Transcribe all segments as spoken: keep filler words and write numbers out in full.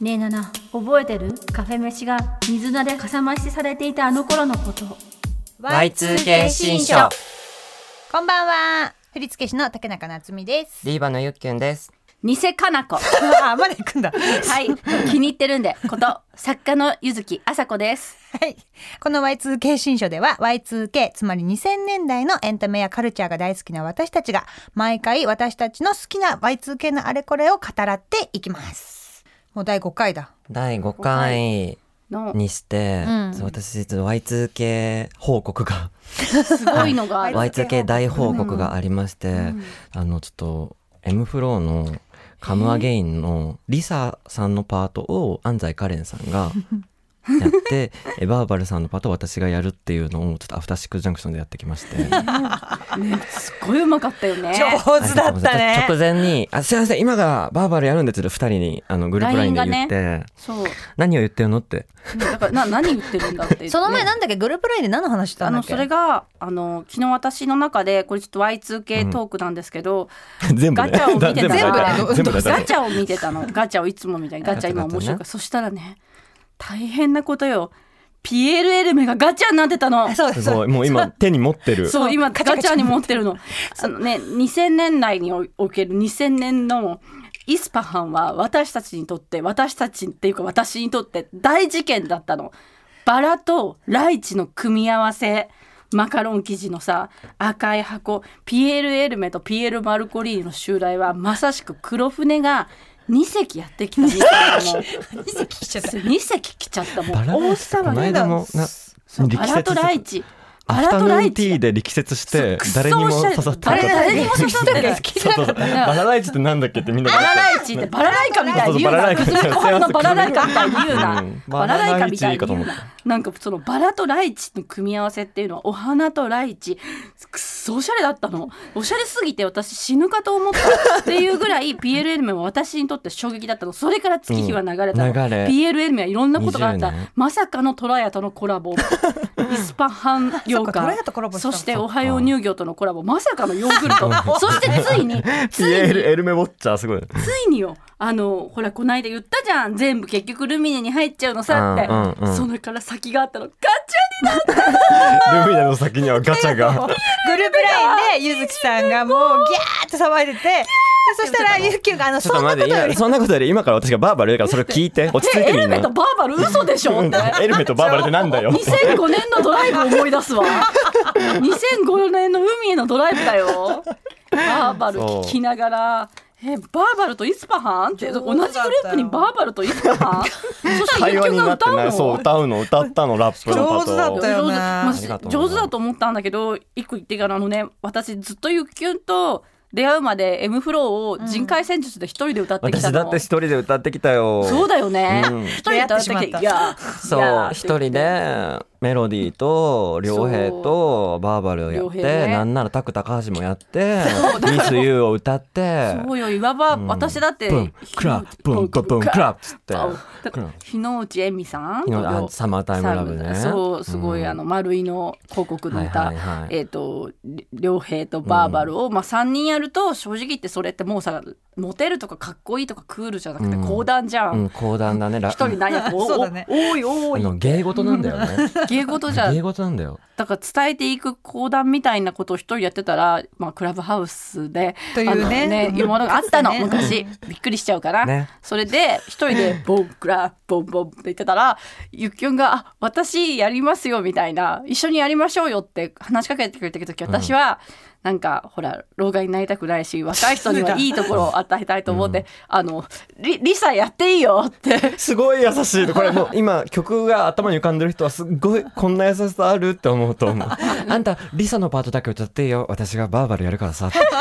ねえナナ、覚えてる？カフェ飯が水菜でかさ増しされていたあの頃のこと。 ワイツーケー 新書。 こんばんは、振付師の竹中夏実です。 リーバのゆっきゅんです。 偽かなこあ、まだ行くんだはい、気に入ってるんでこと作家の柚木あさこです。 はい、この ワイツーケー 新書では ワイツーケー つまりにせんねんだいのエンタメやカルチャーが大好きな私たちが毎回私たちの好きな ワイツーケー のあれこれを語らっていきます。もうだいごかいだ。 だいごかいにして、うん、私実は ワイツーケー 報告がすごいのがあるワイツーケー 大報告がありまして、うん、あのちょっと M フローのカムアゲインのリサさんのパートを安西カレンさんがやってえバーバルさんのパートを私がやるっていうのをちょっとアフターシックスジャンクションでやってきまして、 ね、すごいうまかったよね。 上手だったね。 直前にあすいません今がバーバルやるんでってふたりにあのグループラインで言って、ね、そう何を言ってるのってだからな何言ってるんだって言ってその前なんだっけグループラインで何の話したんだっけ。 あのそれがあの昨日私の中でこれちょっと ワイツーケー トークなんですけど、 うん、全部ね、 ガチャを見てたら全部ねガチャを見てたのガチャをいつもみたいにガチャ今面白いから、そしたらね大変なことよ。ピエール エルメがガチャになってたの。 そうすごいもう今手に持ってる。 そう今ガチャに持ってるの。あのねにせんねんだいにおけるにせんねんのイスパハンは私たちにとって私たちっていうか私にとって大事件だったの。バラとライチの組み合わせ、マカロン生地のさ赤い箱、ピエール・エルメとピエール・マルコリーニの襲来はまさしく黒船がにせきやってきたみたいなのにせき来ちゃったにせき来ちゃったもん。 大騒ぎだ。 バラとライチアフタヌーンティーで力説して誰にも刺さってなかった。 誰にも刺さってないバラライチってなんだっけってみんなバラライチってバラライカみたいに言うな。くずめご飯のバラライカみたいに言うな。バラライカみたいに言うな。なんかそのバラとライチの組み合わせっていうのはお花とライチくっそおしゃれだったの。おしゃれすぎて私死ぬかと思ったっていうぐらい ピーエル エルメは私にとって衝撃だったの。それから月日は流れたの、うん、ピーエル エルメはいろんなことがあった。まさかのトラヤとのコラボイスパハンヨーガそしておはよう乳業とのコラボ、まさかのヨーグルトそしてついにピエール・エルメウォッチャーすごい。 ついによあのほらこの間言ったじゃん全部結局ルミネに入っちゃうのさって、うんうんうん、それから先があったのガチャになったルミネの先にはガチャがグループラインでゆずきさんがもうギャーって騒いでてそしたらゆっきゅうがあのそんなことよりそんなことより今から私がバーバルやからそれを聞いて落ち着いてみんな。 エルメとバーバル嘘でしょってエルメとバーバルってなんだよ。 にせんごねんのドライブ思い出すわにせんごねんの海へのドライブだよ。バーバル聞きながらえバーバルとイスパハンって同じグループにバーバルとイスパハンそして会話になってないそう歌うの歌ったのラップのパト上手だったよね。 上手、上手だと思ったんだけど一個言ってからあのね私ずっとゆっきゅんと出会うまで M フローを人海戦術で一人で歌ってきたの、 うん、私だって一人で歌ってきたよ。 そうだよね、うん、一人で歌ってきた。いやそう一人でメロディーと良平とバーバルをやって、ね、なんならタク高橋もやってミスユーを歌ってそうよいわば私だって、 うん、クラップブンブンブンクラップつって日之内恵美さんサマータイムラブね。 そうすごい、うん、あの丸井の広告の歌、はいはいはい、えーと良平とバーバルを、うんまあ、さんにんやると正直言ってそれってもうさモテるとかかっこいいとかクールじゃなくて講談じゃん、 うんうん、講談だね。 一人何やそうだねおいおい芸事なんだよね芸事じゃ芸事なんだよ。 だから伝えていく講談みたいなことを一人やってたら、まあ、クラブハウスでというね、 ねいうものがあったの、ね、昔びっくりしちゃうから、ね、それで一人でボンクラボンボンって言ってたらゆっきゅんがあ私やりますよみたいな一緒にやりましょうよって話しかけてくれた時私は、うんなんかほら老害になりたくないし若い人にはいいところを与えたいと思って、うん、あの リ, リサやっていいよってすごい優しい。これもう今曲が頭に浮かんでる人はすごいこんな優しさあるって思うと思うあんたリサのパートだけ歌っていいよ私がバーバルやるからさかっこ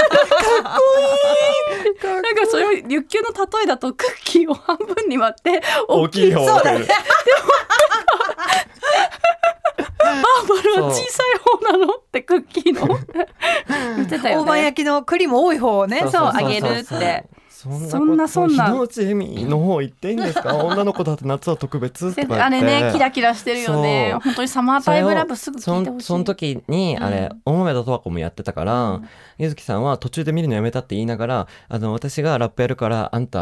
いいなんかそれゆっきゅうの例えだとクッキーを半分に割って大きい方をかるバーバルは小さい方なのってクッキーの言ってたよね。 大判焼きの栗も多い方をねそうあげるってそんなそんな日之内恵美の方行っていいんですか女の子だって夏は特別とか言ってあれねキラキラしてるよね。本当にサマータイムラブすぐ聞いてほしい。 そ, その時にあれ、うん、大豆田十和子もやってたから、うん、柚木さんは途中で見るのやめたって言いながらあの私がラップやるからあんた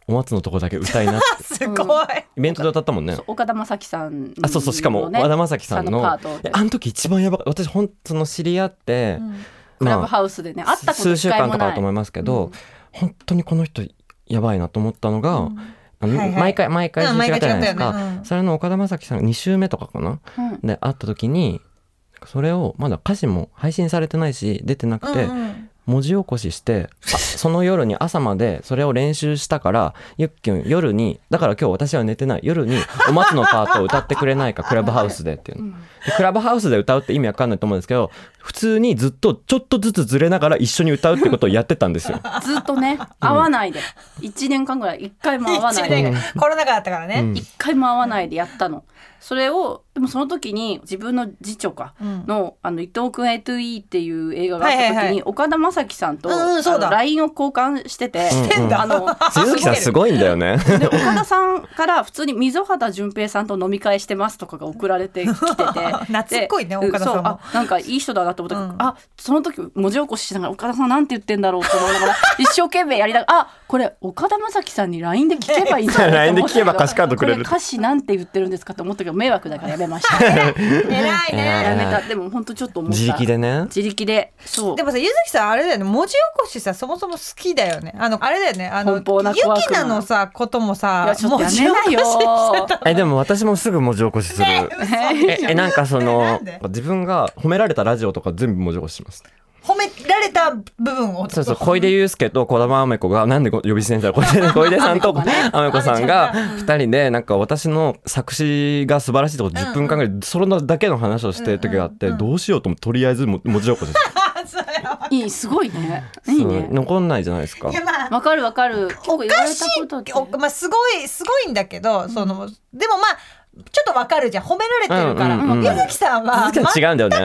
お松のとこだけ歌いなってすごいイベントで歌ったもんね。 岡田将生さんの、ね、 あそうそうしかも岡田将生さんのあの時一番やばい。私本当の知り合って、うんクラブハウスでね、まあ、会ったこと数週間とかだと思いますけど、うん、本当にこの人やばいなと思ったのが、うんあのはいはい、毎回毎回違ったじゃないですか、ねうん、それの岡田将生さんがに週目とかかな、うん、で会った時にそれをまだ歌詞も配信されてないし出てなくて、うんうん文字起こししてその夜に朝までそれを練習したからゆっきゅん夜にだから今日私は寝てない夜にお松のパートを歌ってくれないかクラブハウスでっていうのでクラブハウスで歌うって意味わかんないと思うんですけど普通にずっとちょっとずつずれながら一緒に歌うってことをやってたんですよずっとね会わないでいちねんかんぐらいいっかいも会わないで、うん、 コロナ禍だったからね、 うん、いっかいも会わないでやったの。それをでもその時に自分の次女かの、うん、あの伊藤くん エートゥーイー っていう映画があった時に、はいはいはい、岡田将生さんと、うんうん、そうだ ライン を交換してて、 うんうん、あの鈴木さんすごいんだよねで岡田さんから普通に溝端淳平さんと飲み会してますとかが送られてきてて懐っこいね岡田さんもそうあなんかいい人だなと思ったけど、うん、あその時文字起こししながら岡田さんなんて言ってんだろうと思いながら一生懸命やりながらあこれ岡田将生さんに ライン で聞けばいいんだライン で聞けば歌詞カードくれるこれ歌詞なんて言ってるんですかと思ったけど迷惑だからやめました偉いねやめた。でも本当ちょっと思った自力でね自力でそうでもさゆずきさんあれだよね文字起こしさそもそも好きだよねあのあれだよねあのゆきなのさこともさいやちょっとやめないよえでも私もすぐ文字起こしする、ね、ええなんかその自分が褒められたラジオとか全部文字起こしします褒められた部分をそうそう小出祐介と児玉あめ子がなんで呼び捨てにしたら小出さんとあめ子さんがふたりでなんか私の作詞が素晴らしいところじゅっぷんかんぐらいそれだけの話をしてる時があってどうしようと思ってとりあえず文字起こしいいすごいねいいね残んないじゃないですかわかるわかる結構言われたことってお、まあ、すごいすごいんだけどその、うん、でもまあちょっとわかるじゃん褒められてるから、うんうんうん、ゆずきさんは全く関係ない、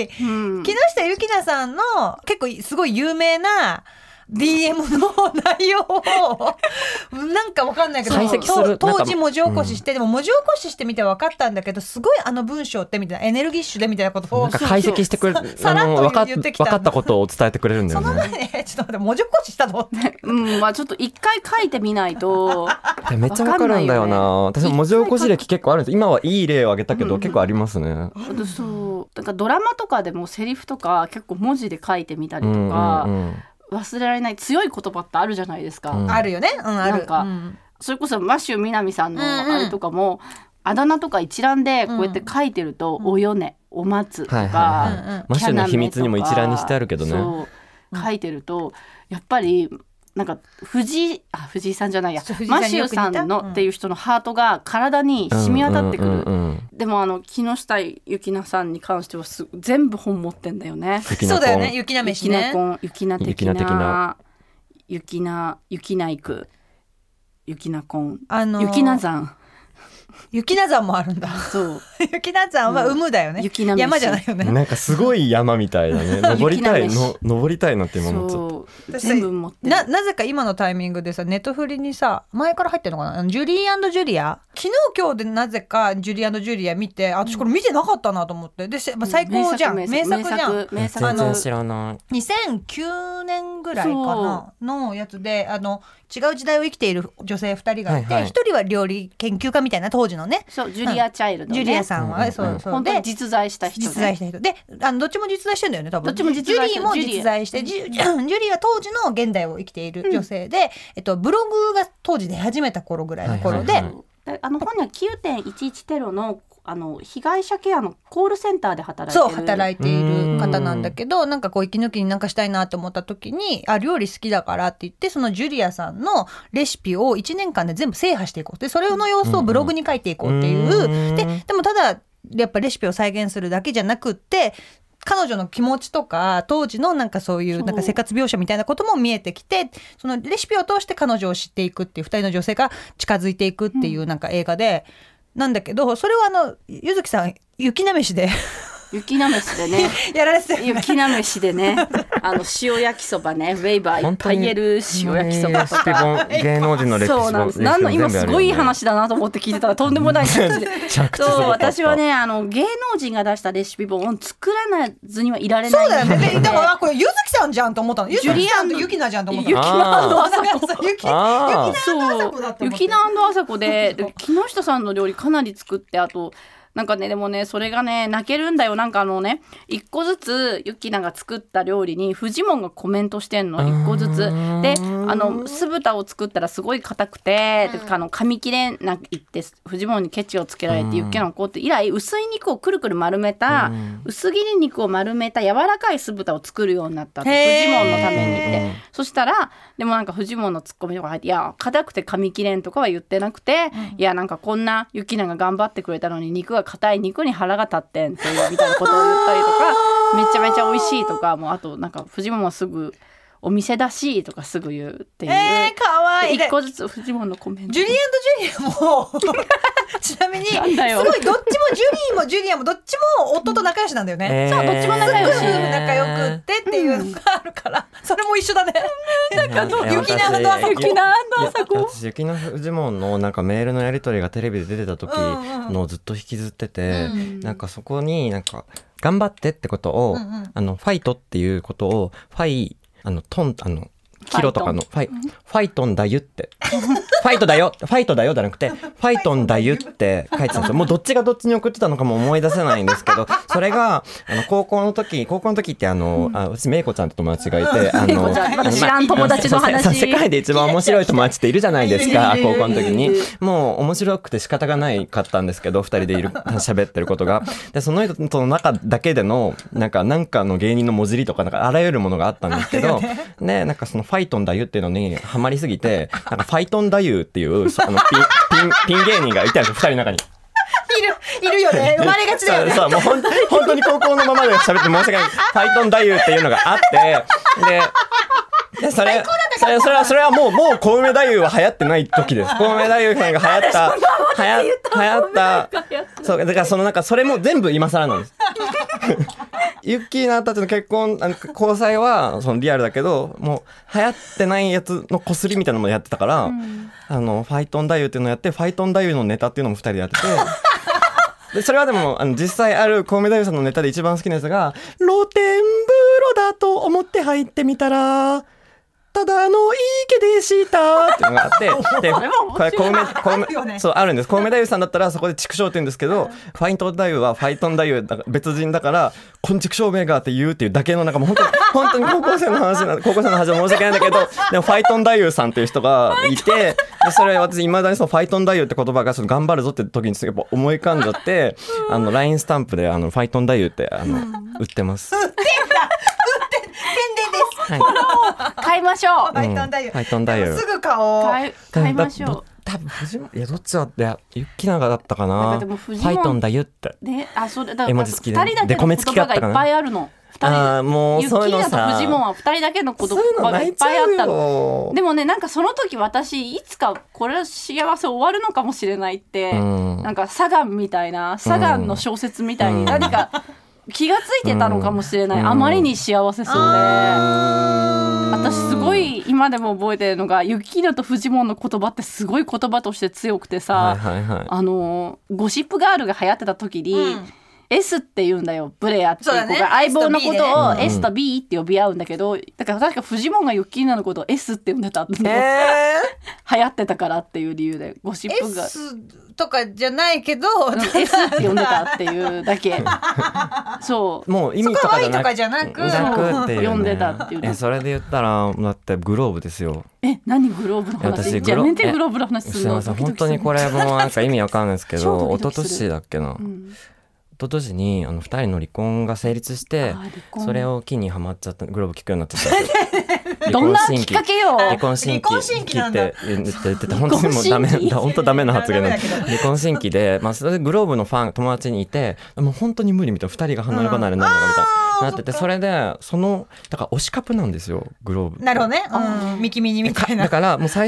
うん、木下ゆきなさんの結構すごい有名なディーエム の内容をなんかわかんないけど当時文字起こしして、うん、でも文字起こししてみて分かったんだけどすごいあの文章ってみたいなエネルギッシュでみたいなことをなんか解析してくれるあの分か, 分かったことを伝えてくれるんだよね。 その前ねちょっと待って文字起こししたのってうんまあちょっと一回書いてみないとめっちゃ分かるんだよな。私も文字起こし歴結構あるんです。今はいい例を挙げたけど、うん、結構ありますね。 そうなんかドラマとかでもセリフとか結構文字で書いてみたりとか、うんうんうん忘れられない強い言葉ってあるじゃないですか、 うん、あるよね、うん、あるなんか、うん、それこそマッシュ南さんのあれとかも、うんうん、あだ名とか一覧でこうやって書いてると、うん、およねお松とか、はいはいはい、 マッシュの秘密にも一覧にしてあるけどねそう書いてるとやっぱりなんか藤井あ藤井さんじゃないやマシューさんの、うん、っていう人のハートが体に染み渡ってくる、うんうんうんうん、でもあの木下ゆきなさんに関してはす全部本持ってんだよね。 そうだよねゆきな飯ねゆきな的なゆきなゆきなゆきなくゆきなこん、あのー、ゆきな山雪名山もあるんだ。 そう雪名山は有無だよね、うん、山じゃないよね。 なんかすごい山みたいだね登りたいの登りたいなって今思っちゃった。 全部持ってるな, なぜか今のタイミングでさネットフリにさ前から入ってるのかなジュリー&ジュリア昨日今日でなぜかジュリー&ジュリア見て私これ見てなかったなと思ってで、まあ、最高じゃん、うん、名作じゃん名作全然知らない。 にせんきゅうねんぐらいかなのやつであの違う時代を生きている女性ふたりがいて、はいはい、ひとりは料理研究家みたいな当時のねそうジュリア・チャイルド、ねうん、ジュリアさんは、うんうん、そうそう本当に実在した人、ね、 実在した人であのどっちも実在してるんだよね多分。 どっちも実在してる。 ジュリーも実在してジュリー、ジュリーは当時の現代を生きている女性で、うんえっと、ブログが当時出始めた頃ぐらいの頃で、はいはいはい、あの本には きゅうてんいちいち テロのあの被害者ケアのコールセンターで働いてるそう働いている方なんだけどなんかこう息抜きになんかしたいなと思った時にあ料理好きだからって言ってそのジュリアさんのレシピをいちねんかんで全部制覇していこうでそれの様子をブログに書いていこうっていう、うん、で, でもただやっぱレシピを再現するだけじゃなくって彼女の気持ちとか当時のなんかそういうなんか生活描写みたいなことも見えてきてそのレシピを通して彼女を知っていくっていうふたりの女性が近づいていくっていうなんか映画で、うんなんだけどそれはあのゆずきさん雪なめしで雪なめしでねやられてたよね。 雪なめしでねあの塩焼きそばねウェイバーいっぱい言える塩焼きそばとか芸能人の歴史そうなんです。何の今すごいいい話だなと思って聞いてたらとんでもない感じでそう私はねあの芸能人が出したレシピ本を作らずにはいられない。 そうだよね。だからこれゆずきさんじゃんと思ったの。ゆずきさんとゆきなじゃんと思ったの。 ゆきなあさこゆきなあさこだって思って。 ゆきなあさこで木下さんの料理かなり作って、あとなんかねでもねそれがね泣けるんだよ。なんかあのね一個ずつゆきなが作った料理にフジモンがコメントしてんの。一個ずつであの酢豚を作ったらすごい硬くて、うん、あの噛み切れなくってフジモンにケチをつけられてゆきなが怒って以来薄い肉をくるくる丸めた、うん、薄切り肉を丸めた柔らかい酢豚を作るようになったってフジモンのためにって。そしたらでもなんかフジモンのツッコミとか入っていや硬くて噛み切れんとかは言ってなくて、うん、いやなんかこんなゆきなが頑張ってくれたのに肉が硬い肉に腹が立ってんっていうみたいなことを言ったりとかめちゃめちゃ美味しいとかもうあとなんかフジモンはすぐお店だしとかすぐ言うっていう、 えー、かわいい一個ずつフジモンのコメントジュリー&ジュリアもちなみにすごいどっちもジュリーもジュリアもどっちも夫と仲良しなんだよね、 えー、そうどっちも仲良し仲良くってっていうのがあるから、うん、それも一緒だねなんかゆきな&あさこゆきな&あさこ私ゆきなフジモンのなんかメールのやり取りがテレビで出てた時のをずっと引きずってて、うんうん、なんかそこになんか頑張ってってことを、うんうん、あのファイトっていうことをファイあのトンあのキロとかのファイ、ファイトンだゆってファイトだよファイトだよじゃなくてファイトンだゆって書いてたんですよ。もうどっちがどっちに送ってたのかも思い出せないんですけどそれがあの高校の時高校の時ってあの、うん、あ私めいこちゃんって友達がいてあのまだ知らん友達の話世界で一番面白い友達っているじゃないですか高校の時にもう面白くて仕方がないかったんですけどふたりでいる喋ってることがでその人との中だけでのなんかなんかの芸人のもじりとかなんかあらゆるものがあったんですけどねなんかそのファイトンだゆっていうのにハマりすぎてなんかファイトンだゆっていうあのピン、ピン、ピン芸人がいたんですよふたりの中にいるいるよね生まれがちだよねそうそうもうほん本当に高校のままで喋って申し訳ないファイトンだゆっていうのがあってででそれそれそれはそれはもうもう小梅太夫は流行ってない時です。小梅太夫さんが流行った流行流行ったそうだからそのなんかそれも全部今更なんです。ユッキーナたちの結婚あの交際はそのリアルだけどもう流行ってないやつのこすりみたいなのもやってたから、うん、あのファイトン太夫っていうのをやってファイトン太夫のネタっていうのもふたりでやってて。でそれはでもあの実際あるコウメ太夫さんのネタで一番好きなやつが露天風呂だと思って入ってみたらただのいい毛でしたっていうのがあってでこれコウメコウメそうあるんです。コウメ太夫さんだったらそこで畜生って言うんですけどファイトン太夫はファイトン太夫別人だからこん畜生めがって言うっていうだけのなんかもう本当に本当に高校生の話な高校生の話は申し訳ないんだけどでもファイトン太夫さんっていう人がいてでそれ私いまだにそのファイトン太夫って言葉がその頑張るぞって時にやっぱ思い浮かんじゃってあの ライン スタンプであのファイトン太夫ってあの売ってます。 売ってんだ売って宣伝です、 はい、買いましょう、 うん、ファイトン太夫、 ファイトン太夫すぐ買おう買い、買いましょう。 多分藤本いやどっちだってユッキナガだったかな。ファイトンだゆってねあそれだから絵文字付きでふたりだけの言葉がいっぱいあるの。ふたりあもうそういうのさユッキーナとフジモンはふたりだけの言葉がいっぱいあったの。でもねなんかその時私いつかこれ幸せ終わるのかもしれないって、うん、なんかサガンみたいなサガンの小説みたいに何か気がついてたのかもしれない、うん、あまりに幸せそうで、うん、私すごい今でも覚えてるのがユッキーナとフジモンの言葉ってすごい言葉として強くてさ、はいはいはい、あのゴシップガールが流行ってた時に、うん、S って言うんだよブレアっていう子が、ね、相棒のことを S と B って呼び合うんだけど、うん、だから確かフジモンがユッキーナのことを S って呼んでたって、えー、流行ってたからっていう理由でゴシップが S とかじゃないけど S って呼んでたっていうだけそうもう意味とかじゃなくとかじゃなくっていう、ね、 呼んでたっていうえそれで言ったらだってグローブですよ。 え何グローブの話じゃあやめてグローブの話するの。 すいません本当にこれもなんか意味わかんないですけど一昨年だっけな、うん一昨年にあのふたりの離婚が成立してそれを機にハマっちゃったグローブ聞くようになっちゃったどんなきっかけよ。 離婚新規聞いて言ってて本当にもうダメ本当ダメな発言なんで離婚新規で、まあ、それでグローブのファン友達にいてもう本当に無理みたいなふたりが離れ離れになるのがみたいななっててそれでそのだから推しカプなんですよグローブ。 なるほどね、うん、ミキミニみたいなだからもう最初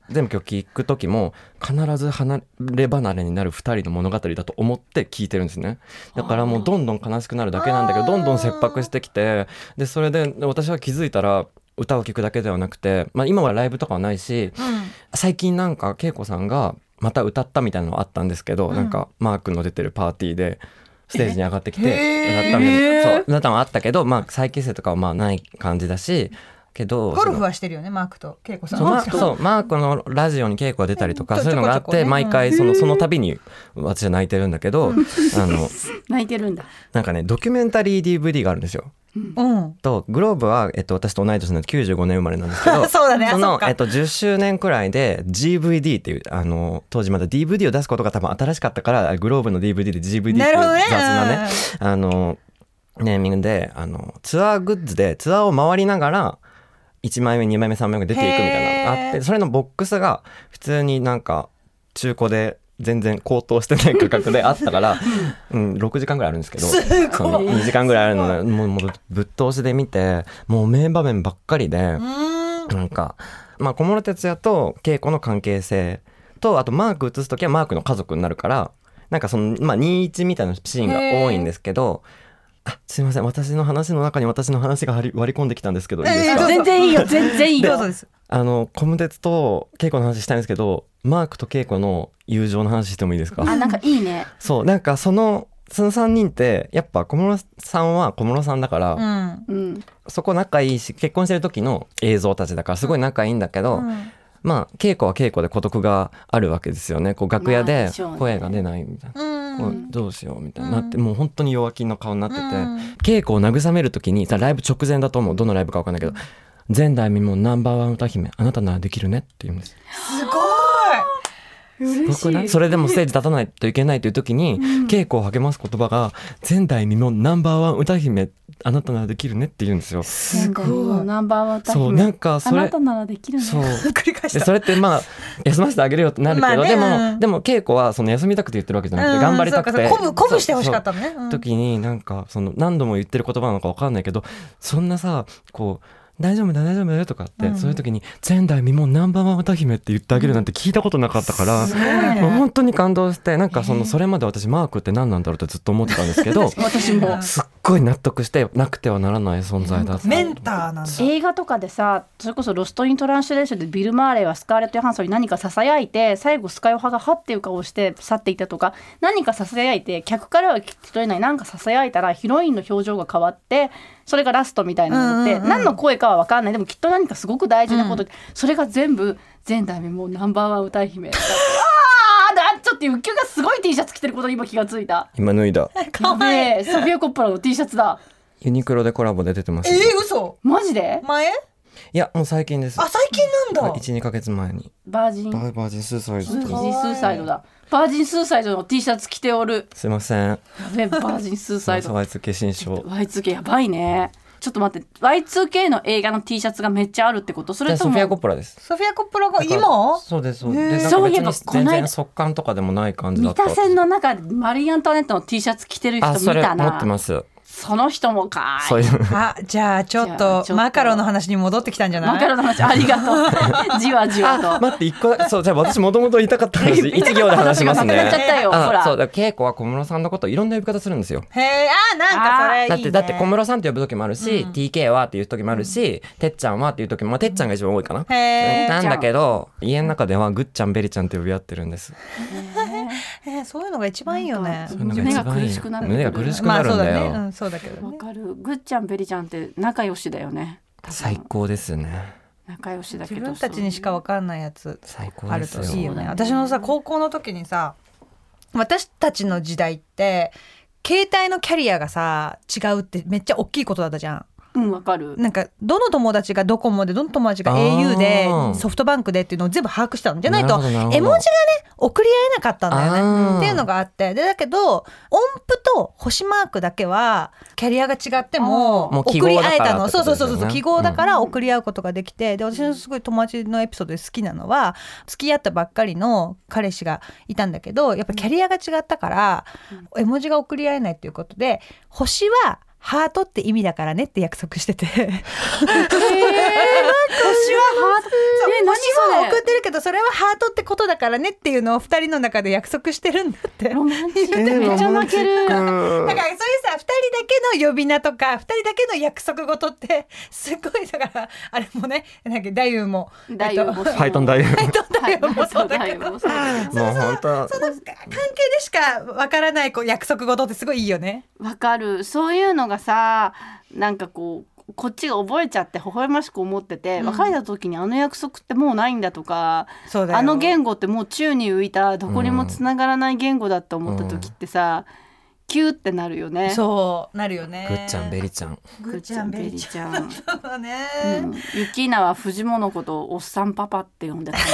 全部曲聴く時も必ず離れ離れになるふたりの物語だと思って聴いてるんですね。だからもうどんどん悲しくなるだけなんだけどどんどん切迫してきて、でそれで私は気づいたら歌を聴くだけではなくて、まあ、今はライブとかはないし、うん、最近なんか恵子さんがまた歌ったみたいなのあったんですけど、うん、なんかマークの出てるパーティーでステージに上がってきて歌ったみたいな、そう歌はあったけど、まあ、再結成とかはまあない感じだしけど、 ゴルフはしてるよねマークと恵子さん。 そうマークそうマークのラジオに恵子が出たりとか、そういうのがあって、ね、毎回そのその度に私は泣いてるんだけどあの泣いてるんだ。 なんかねドキュメンタリー ディーブイディー があるんですよ。うん、とグローブは、えっと、私と同い年なんできゅうじゅうごねん生まれなんですけどそうだね、 その、えっと、じゅっしゅうねんくらいで ジーブイディー っていうあの当時まだ ディーブイディー を出すことが多分新しかったからグローブの ディーブイディー で ジーブイディー っていう雑なねあのネーミングであのツアーグッズでツアーを回りながらいちまいめにまいめさんまいめが出ていくみたいなのがあって、それのボックスが普通になんか中古で全然高騰してない価格であったから、うん、ろくじかんぐらいあるんですけど、そのにじかんぐらいあるのでもう、もうぶっ通しで見てもう名場面ばっかりで、なんか、まあ、小室哲哉と恵子の関係性とあとマーク映すときはマークの家族になるからなんかその、まあ、にたいいちみたいなシーンが多いんですけど、あすいません私の話の中に私の話が割り込んできたんですけどいいですか？ 全然いいよ全然いいよ。 あのコムテツと恵子の話したいんですけどマークと恵子の友情の話してもいいですか？ あなんかいいね。 そうなんかそのそのさんにんってやっぱ小室さんは小室さんだから、うん、そこ仲いいし結婚してる時の映像たちだからすごい仲いいんだけど、うん、まあ恵子は恵子で孤独があるわけですよね。こう楽屋で声が出ないみたいな、まあね、どうしようみたいになって、うん、もう本当に弱気の顔になってて、恵子、うん、を慰める時にさライブ直前だと思うどのライブか分かんないけど、前代未聞ナンバーワン歌姫あなたならできるねって言うんです。 すごい嬉しい。 それでもステージ立たないといけないという時に恵子、うん、を励ます言葉が前代未聞ナンバーワン歌姫あなたならできるねって言うんですよ。 すごいナンバーワン歌姫そうなんかそれあなたならできるね。 そうでそれってまあ休ませてあげるよってなるけど、まあね、でも、うん、でも恵子はその休みたくて言ってるわけじゃなくて、うん、頑張りたくて鼓舞鼓舞してほしかったのね、うん、 時になんかその何度も言ってる言葉なのか分かんないけどそんなさこう大丈夫だ大丈夫だよとかって、うん、そういう時に前代未聞ナンバーワン歌姫って言ってあげるなんて聞いたことなかったから、うん、もう本当に感動してなんかそのそれまで私マークって何なんだろうってずっと思ってたんですけど私もすっごい納得してなくてはならない存在だった。 メンターなんだ。 映画とかでさそれこそロストイントランシュレーションでビル・マーレーはスカーレット・ヨハンソンに何か囁いて最後スカイオハがハッていう顔をして去っていったとか何か囁いて客からは聞き取れない何か囁いたらヒロインの表情が変わってそれがラストみたいなのって、うんうんうん、何の声かは分かんないでもきっと何かすごく大事なことで、うん、それが全部前代未聞ナンバーワン歌姫だったあーちょっとユッキュがすごい T シャツ着てることに今気がついた。 今脱いだかわいいソフィア・コッポラの T シャツだ。 ユニクロでコラボで出てます。 えー、嘘マジで？ 前？ いやもう最近です。 あ最近なんだ。 いち,に ヶ月前にバージンバージンスーサイドバージンスーサイドだ。バージンスーサイドの T シャツ着ておる。 すいません。やべバージンスーサイドワイツーケー 新章ワイツーケー やばいね。ちょっと待って ワイツーケー の映画の T シャツがめっちゃあるってこと？それともソフィア・コッポラです。 ソフィア・コッポラが今？ そうですそうです。そういえば全然速乾とかでもない感じだった。 三田線の中でマリー・アントワネットの T シャツ着てる人見たな。あそれ持ってます。 その人もかい。 そういうあじゃあちょっとマカロンの話に戻ってきたんじゃない？ マカロンの話ありがとうじわじわと。 待って一個そうじゃあ私もともと言いたかった話一行で話しますね。 なっちゃったよ。ほらそうだ恵子は小室さんのことをいろんな呼び方するんですよ。 へえあなんかそれいいね。 だってだって小室さんって呼ぶ時もあるし、うん、ティーケー はっていう時もあるし、うん、てっちゃんはっていう時も、まあ、てっちゃんが一番多いかな。 へなんだけど家の中ではぐっちゃんベリちゃんって呼び合ってるんです。 へそういうのが一番いいよね。 胸が苦しくなる。 胸が苦しくなるんだよ。 まあそうだね、うん、そうだけどね。 わかる。ぐっちゃんベリちゃんって仲良しだよね。 最高ですね。 仲良しだけど自分たちにしか分かんないやつあるといいよね。 ね私のさ高校の時にさ私たちの時代って携帯のキャリアがさ違うってめっちゃ大きいことだったじゃん。 うんわかる。 なんかどの友達がドコモでどの友達が エーユー でソフトバンクでっていうのを全部把握したのじゃないと絵文字がね送り合えなかったんだよねっていうのがあってでだけど音符と星マークだけはキャリアが違っても送り合えたの。そうそうそうそう記号だから送り合うことができて、うん、で私のすごい友達のエピソードで好きなのは付き合ったばっかりの彼氏がいたんだけどやっぱキャリアが違ったから絵文字が送り合えないっていうことで星はハートって意味だからねって約束してて、えー、星はハート、えー、何送ってるけどそれはハートってことだからねっていうのをふたりの中で約束してるんだって。 ロマンチック、めっちゃ泣ける。 だからそういうさふたりだけの呼び名とかふたりだけの約束事ってすごい、だからあれもね、なんか太夫も太夫もハイトン太夫ハイトン太夫もそうだけど、 もう本当その関係でしかわからないこう約束事ってすごいいいよね。 わかる。そういうのがさ、なんかこうこっちが覚えちゃって微笑ましく思ってて、うん、別れた時にあの約束ってもうないんだとか、 そうだよ、 あの言語ってもう宙に浮いたどこにもつながらない言語だと思った時ってさ、うん、キューってなるよね。 そうなるよね。 ぐっちゃんベリちゃんぐっちゃんベリちゃんそうね、 うん、ユキナは藤モのことをおっさんパパって呼んでたんだ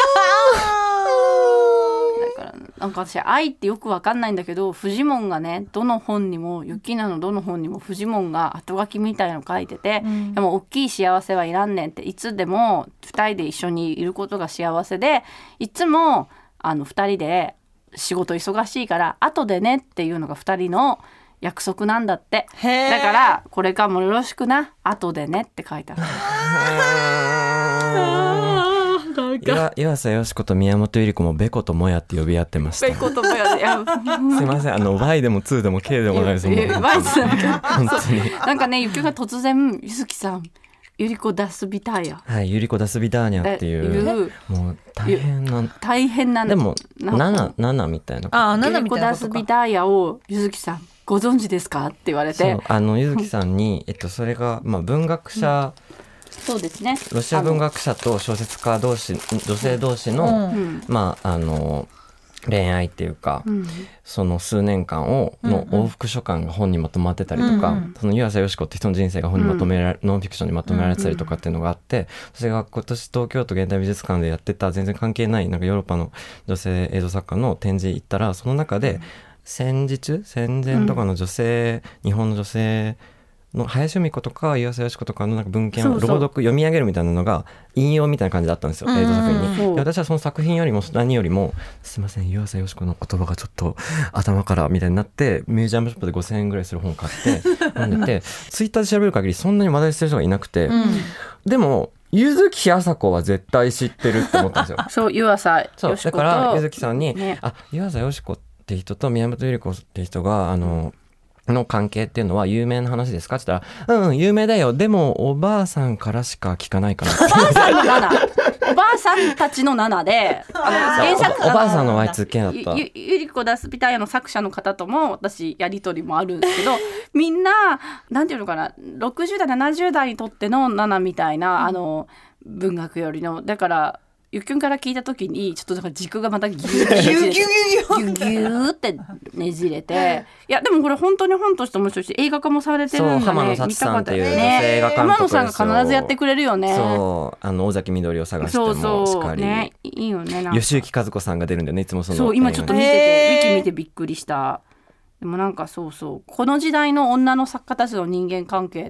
だからなんか私愛ってよく分かんないんだけど、フジモンがねどの本にもユキナのどの本にもフジモンが後書きみたいの書いてて、うん、でも大きい幸せはいらんねんって、いつでもふたりで一緒にいることが幸せで、いつもあのふたりで仕事忙しいから後でねっていうのがふたりの約束なんだって。だからこれからもよろしくな後でねって書いてある岩, 岩佐よし子と宮本百合子もベコとモヤって呼び合ってました。 ベコとモヤでやすいません、あの ワイ でもツーでも ケー でもないです。もうワイズだけ本当になんかね、ゆきが突然ゆずきさんゆりこダスビターヤ、 はい、ゆりこダスビターニャっていうもう大変な大変なでもななななみたいな、 あななゆりこダスビターヤをゆずきさんご存知ですかって言われて、 あのゆずきさんにえっとそれがまあ文学者、うんそうですね、 ロシア文学者と小説家同士女性同士の、うん、まああの恋愛っていうか、うん、その数年間をの往復書簡が本にまとまってたりとか、うんうん、その湯浅よし子って人の人生が本にまとめられ、うん、ノンフィクションにまとめられてたりとかっていうのがあって、それが今年東京都現代美術館でやってた全然関係ないなんかヨーロッパの女性映像作家の展示行ったら、その中で戦時中戦前とかの女性、うん、日本の女性の林美子とか湯浅よし子とかのなんか文献を朗読読み上げるみたいなのが引用みたいな感じだったんですよ、映像作品に。で私はその作品よりも何よりもすいません湯浅よし子の言葉がちょっと頭からみたいになって、ミュージアムショップでごせんえんぐらいする本を買って読んでてツイッターで調べる限りそんなに話題してる人がいなくて、うん、でも柚木麻子は絶対知ってるって思ったんですよそう湯浅よし子とだから柚木さんに、ね、あ湯浅よし子って人と宮本百合子って人があのの関係っていうのは有名な話ですかって言ったら、うん有名だよ、でもおばあさんからしか聞かないからおばあさんのななおばあさんたちのななであの原作おばあさんの ワイツーケー だったゆ, ゆ, ゆりこダスピターヤの作者の方とも私やり取りもあるんですけどみんななんていうのかなろくじゅう代ななじゅう代にとってのななみたいな、うん、あの文学よりのだからゆきゅんから聞いた時にちょっとだから軸がまたギューギューギューギューギューってねじれていやでもこれ本当に本として面白いし映画化もされてるんだね。 浜野幸さんっていう女性映画監督ですよ。 浜野さんが必ずやってくれるよね。 そうあの尾崎みどりを探してもしっかりそうそうねいいよね。 吉行和子さんが出るんだよねいつもそのそう今ちょっと見ててウィキ見てびっくりした。でもなんかそうそうこの時代の女の作家たちの人間関係って、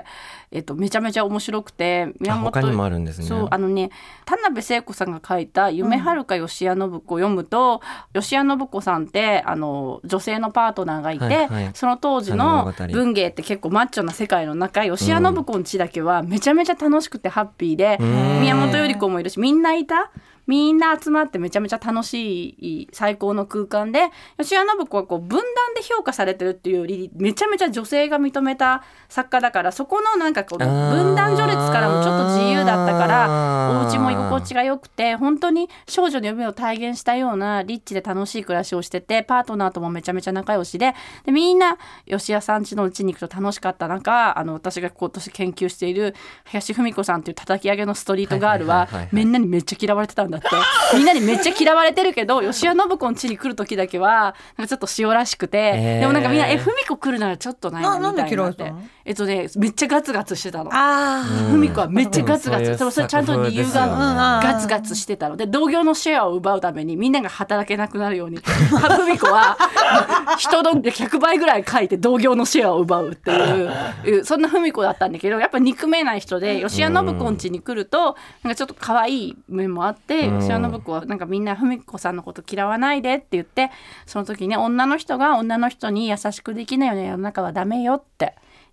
えっと、めちゃめちゃ面白くて宮本他にもあるんですね。 そうあのね田辺聖子さんが書いた夢はるか吉谷信子を読むと、うん、吉谷信子さんってあの女性のパートナーがいて、はいはい、その当時の文芸って結構マッチョな世界の中吉谷信子の地だけはめちゃめちゃ楽しくてハッピーで、うん、宮本百合子もいるしみんないたみんな集まってめちゃめちゃ楽しい最高の空間で吉谷信子はこう分断で評価されてるっていうよりめちゃめちゃ女性が認めた作家だからそこのなんかこう分断序列からもちょっと自由だったからお家も居心地が良くて本当に少女の夢を体現したようなリッチで楽しい暮らしをしててパートナーともめちゃめちゃ仲良し で, でみんな吉谷さん家の家に行くと楽しかった中あの私が今年研究している林芙美子さんという叩き上げのストリートガールはみんなにめっちゃ嫌われてたんだってみんなにめっちゃ嫌われてるけど吉谷信子の家に来る時だけはなんかちょっと塩らしくて、えー、でもなんかみんなえ芙美子来るならちょっとないなみたいになってえっとねめっちゃガツガツしてたの。芙美子はめっちゃガツガツでもそれちゃんと理由がガツガツしてたので同業のシェアを奪うためにみんなが働けなくなるように芙美子は人のひゃくばいぐらい書いて同業のシェアを奪うっていうそんな芙美子だったんだけどやっぱ憎めない人で吉谷信子の家に来るとなんかちょっと可愛い面もあって吉谷信子はなんかみんな芙美子さんのこと嫌わないでって言ってその時ね女の人が女の人に優しくできないような世の中はダメよって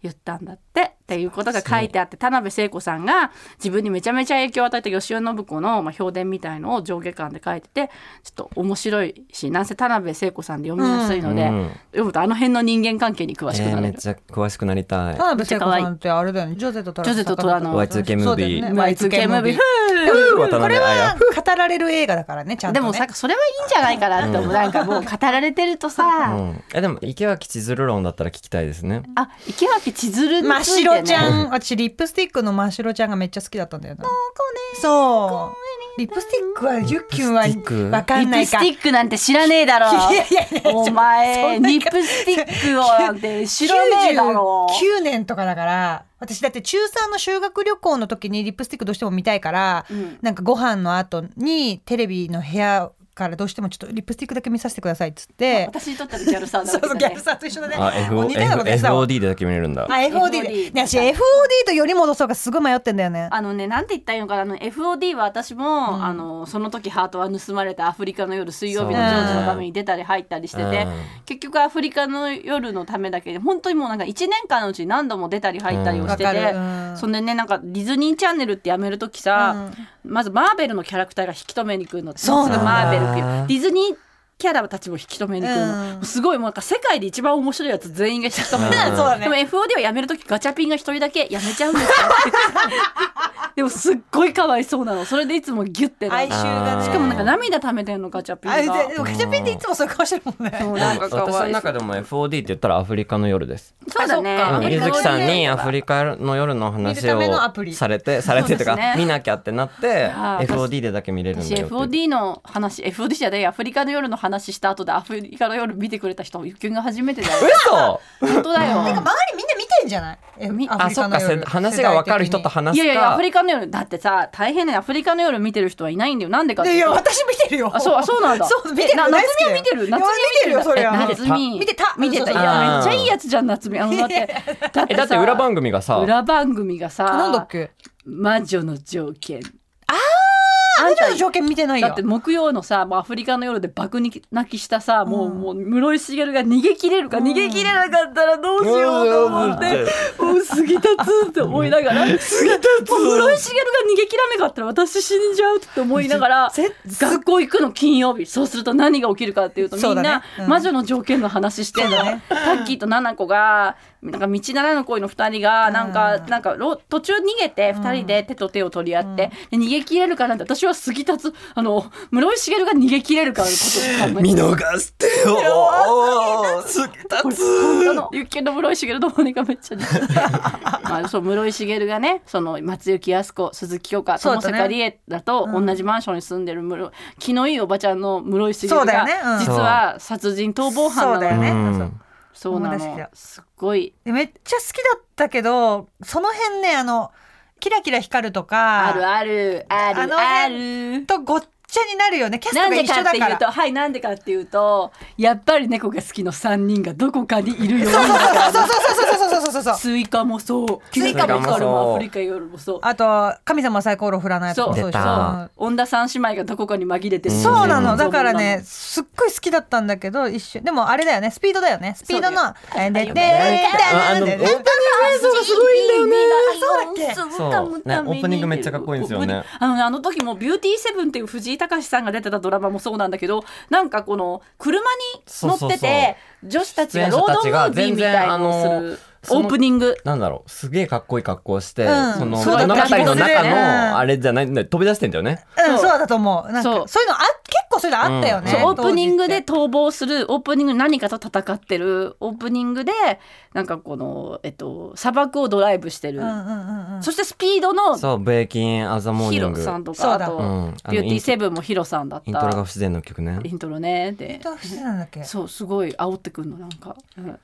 言ったんだってっていうことが書いてあって、田辺聖子さんが自分にめちゃめちゃ影響を与えた吉尾信子の、まあ、評伝みたいのを上下巻で書いてて、ちょっと面白いし、なんせ田辺聖子さんで読みやすいので、うん、読むとあの辺の人間関係に詳しくなれる、えー、めっちゃ詳しくなりたい。 田辺聖子さんってあれだよね、ジョゼとトラジョゼとトラのワイツーケー ムービー、 ワイツーケー ムービーこれは語られる映画だからね、ちゃんとね。 でもさ、それはいいんじゃないかなって思う、うん、なんかもう語られてるとさ、 うん、えでも池脇千鶴論だったら聞きたいですね。 あ、池脇千鶴についてね。 真白ちゃん、私リップスティックの真白ちゃんがめっちゃ好きだったんだよな。そうリップスティックはユッキュンは分かんないか。 リップスティックなんて知らねえだろ。いやいやいやお前リップスティックをなんて知らねえだろ。 きゅうじゅうきゅうねんとかだから、私だって中さんの修学旅行の時にリップスティックどうしても見たいから、うん、なんかご飯の後にテレビの部屋からどうしてもちょっとリップスティックだけ見させてくださいっつって、 私にとってのギャルサーだわけだね。 そうギャルサーと一緒だね。 あ エフオーディー でだけ見れるんだ。 あ エフオーディー で、ね、私 エフオーディー とより戻そうかすごい迷ってんだよね。 あのね、なんて言ったらいいのかな、あの エフオーディー は私も、うん、あのその時ハートは盗まれたアフリカの夜水曜日のジョージのために出たり入ったりしてて、結局アフリカの夜のためだけで本当にもうなんかいちねんかんのうちに何度も出たり入ったりをしてて、うん、そんでね、なんかディズニーチャンネルってやめる時さ、うん、まずマーベルのキャラクターが引き止めに来るのって、そうなの、マーベルっていうディズニーキャラたちも引き止めに来るの、うん、すごいもうなんか世界で一番面白いやつ全員が引き止める、うんそうだね、でも エフオーディー はやめるときガチャピンが一人だけやめちゃうんですよでもすっごいかわいそうなの。それでいつもギュッてなる、哀愁がね、しかもなんか涙溜めてんのガチャピンが。 あでもガチャピンっていつもそういう顔してるもんね。そうなんかかわいそう。 私の中でも エフオーディー って言ったらアフリカの夜です。 そうだね、 うん、ゆずきさんにアフリカの夜の話をされてされてとか、ね、見なきゃってなって エフオーディー でだけ見れるんだよって。 私 エフオーディー の話 エフオーディー じゃないアフリカの夜の話した後でアフリカの夜見てくれた人ゆっきゅんが初めてだよ。 嘘本当だよ。 なんか周りみんな見てんじゃない。 あ、そっか、話が分かる人と話すか。 いやいやアフリカの夜だってさ大変ね、アフリカの夜見てる人はいないんだよ。なんでかって。 いや私見てるよ。 あ、そう、あ、そうなんだ。 そう見てる。 な夏美は見てる。夏美見てるよそれは。 夏美見てた見てた。いやめっちゃいいやつじゃん夏美。あのだってだってだって裏番組がさ裏番組がさなんだっけ、 魔女の条件。 ああ、魔女の条件見てないよ。 だって木曜のさ、アフリカの夜で爆泣きしたさ、うん、もうもう室井茂が逃げ切れるか、うん、逃げ切れなかったらどうしようと思って、うん、もう過ぎ立つって思いながら過ぎ立つ室井茂が逃げ切らなかったら私死んじゃうって思いながら学校行くの金曜日。そうすると何が起きるかっていうと、みんな、ねうん、魔女の条件の話してんのね。タッキーとナナコがなんか道ならぬ恋のふたりがなんか、うん、なんか途中逃げてふたりで手と手を取り合って、うん、で逃げ切れるかなんて、私は過ぎ立つあの室井茂が逃げ切れるかのことを考えて見逃してよ過ぎ立つゆっきゅんの室井茂のモネがめっちゃ似てるまあそう室井茂がね、その松雪泰子、鈴木京香、友坂理恵だと同じマンションに住んでる室気のいいおばちゃんの室井茂が、ねうん、実は殺人逃亡犯なの。 そうだよね、うんそうなの。すっごいめっちゃ好きだったけど、その辺ね、あのキラキラ光るとかあるあるあるあるとごっちゃになるよね。キャストが一緒だから。なんでかっていうと、 はい、なんでかっていうとやっぱり猫が好きのさんにんがどこかにいるような。そうそうそうそうそうそうそうそう。 スイカもそう、スイカもそう、アフリカ夜もそう、 あと神様サイコロ振らないとかそうそうそう、恩田三姉妹がどこかに紛れてる。 そうなの。だからね、すっごい好きだったんだけど、一瞬でもあれだよね、スピードだよね。スピードのでででであのオープニング映像がすごいんだよね。 そうだっけ。 そうね、オープニングめっちゃかっこいいんですよね。 あのあの時もビューティーセブンっていう藤井隆さんが出てたドラマもそうなんだけど、なんかこの車に乗ってて女子たちがロードムービーみたいなのをするオープニング。 なんだろう、すげえかっこいい格好して、うん、その物語の中のあれじゃないんだ、飛び出してんだよね。 うん、そうだと思う。なんかそう、そういうのあ結構そういうのあったよね。 うん、そうオープニングで逃亡する、オープニングで何かと戦ってる、オープニングでなんかこのえっと砂漠をドライブしてる。うんうんうんうん、そしてスピードのそうブレイキンアザモーニングヒロさんとか、あと、うん、ビューティーセブンもヒロさんだった。 イントロが不自然の曲ね。 イントロねで。 イントロ不自然だっけ。 そうすごい煽ってくるのなんか。うんうん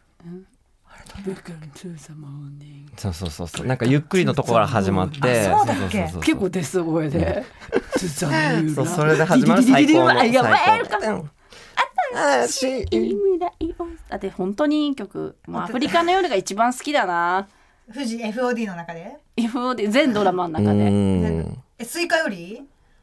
そうそうそうそう、なんかゆっくりのところから始まって、 そうだっけ、 結構デス声で、 そうそれで始まる最高の最高。 だって本当にいい曲。もうアフリカの夜が一番好きだな。 富士 エフオーディー の中でエフオーディー 全ドラマの中で。 えスイカより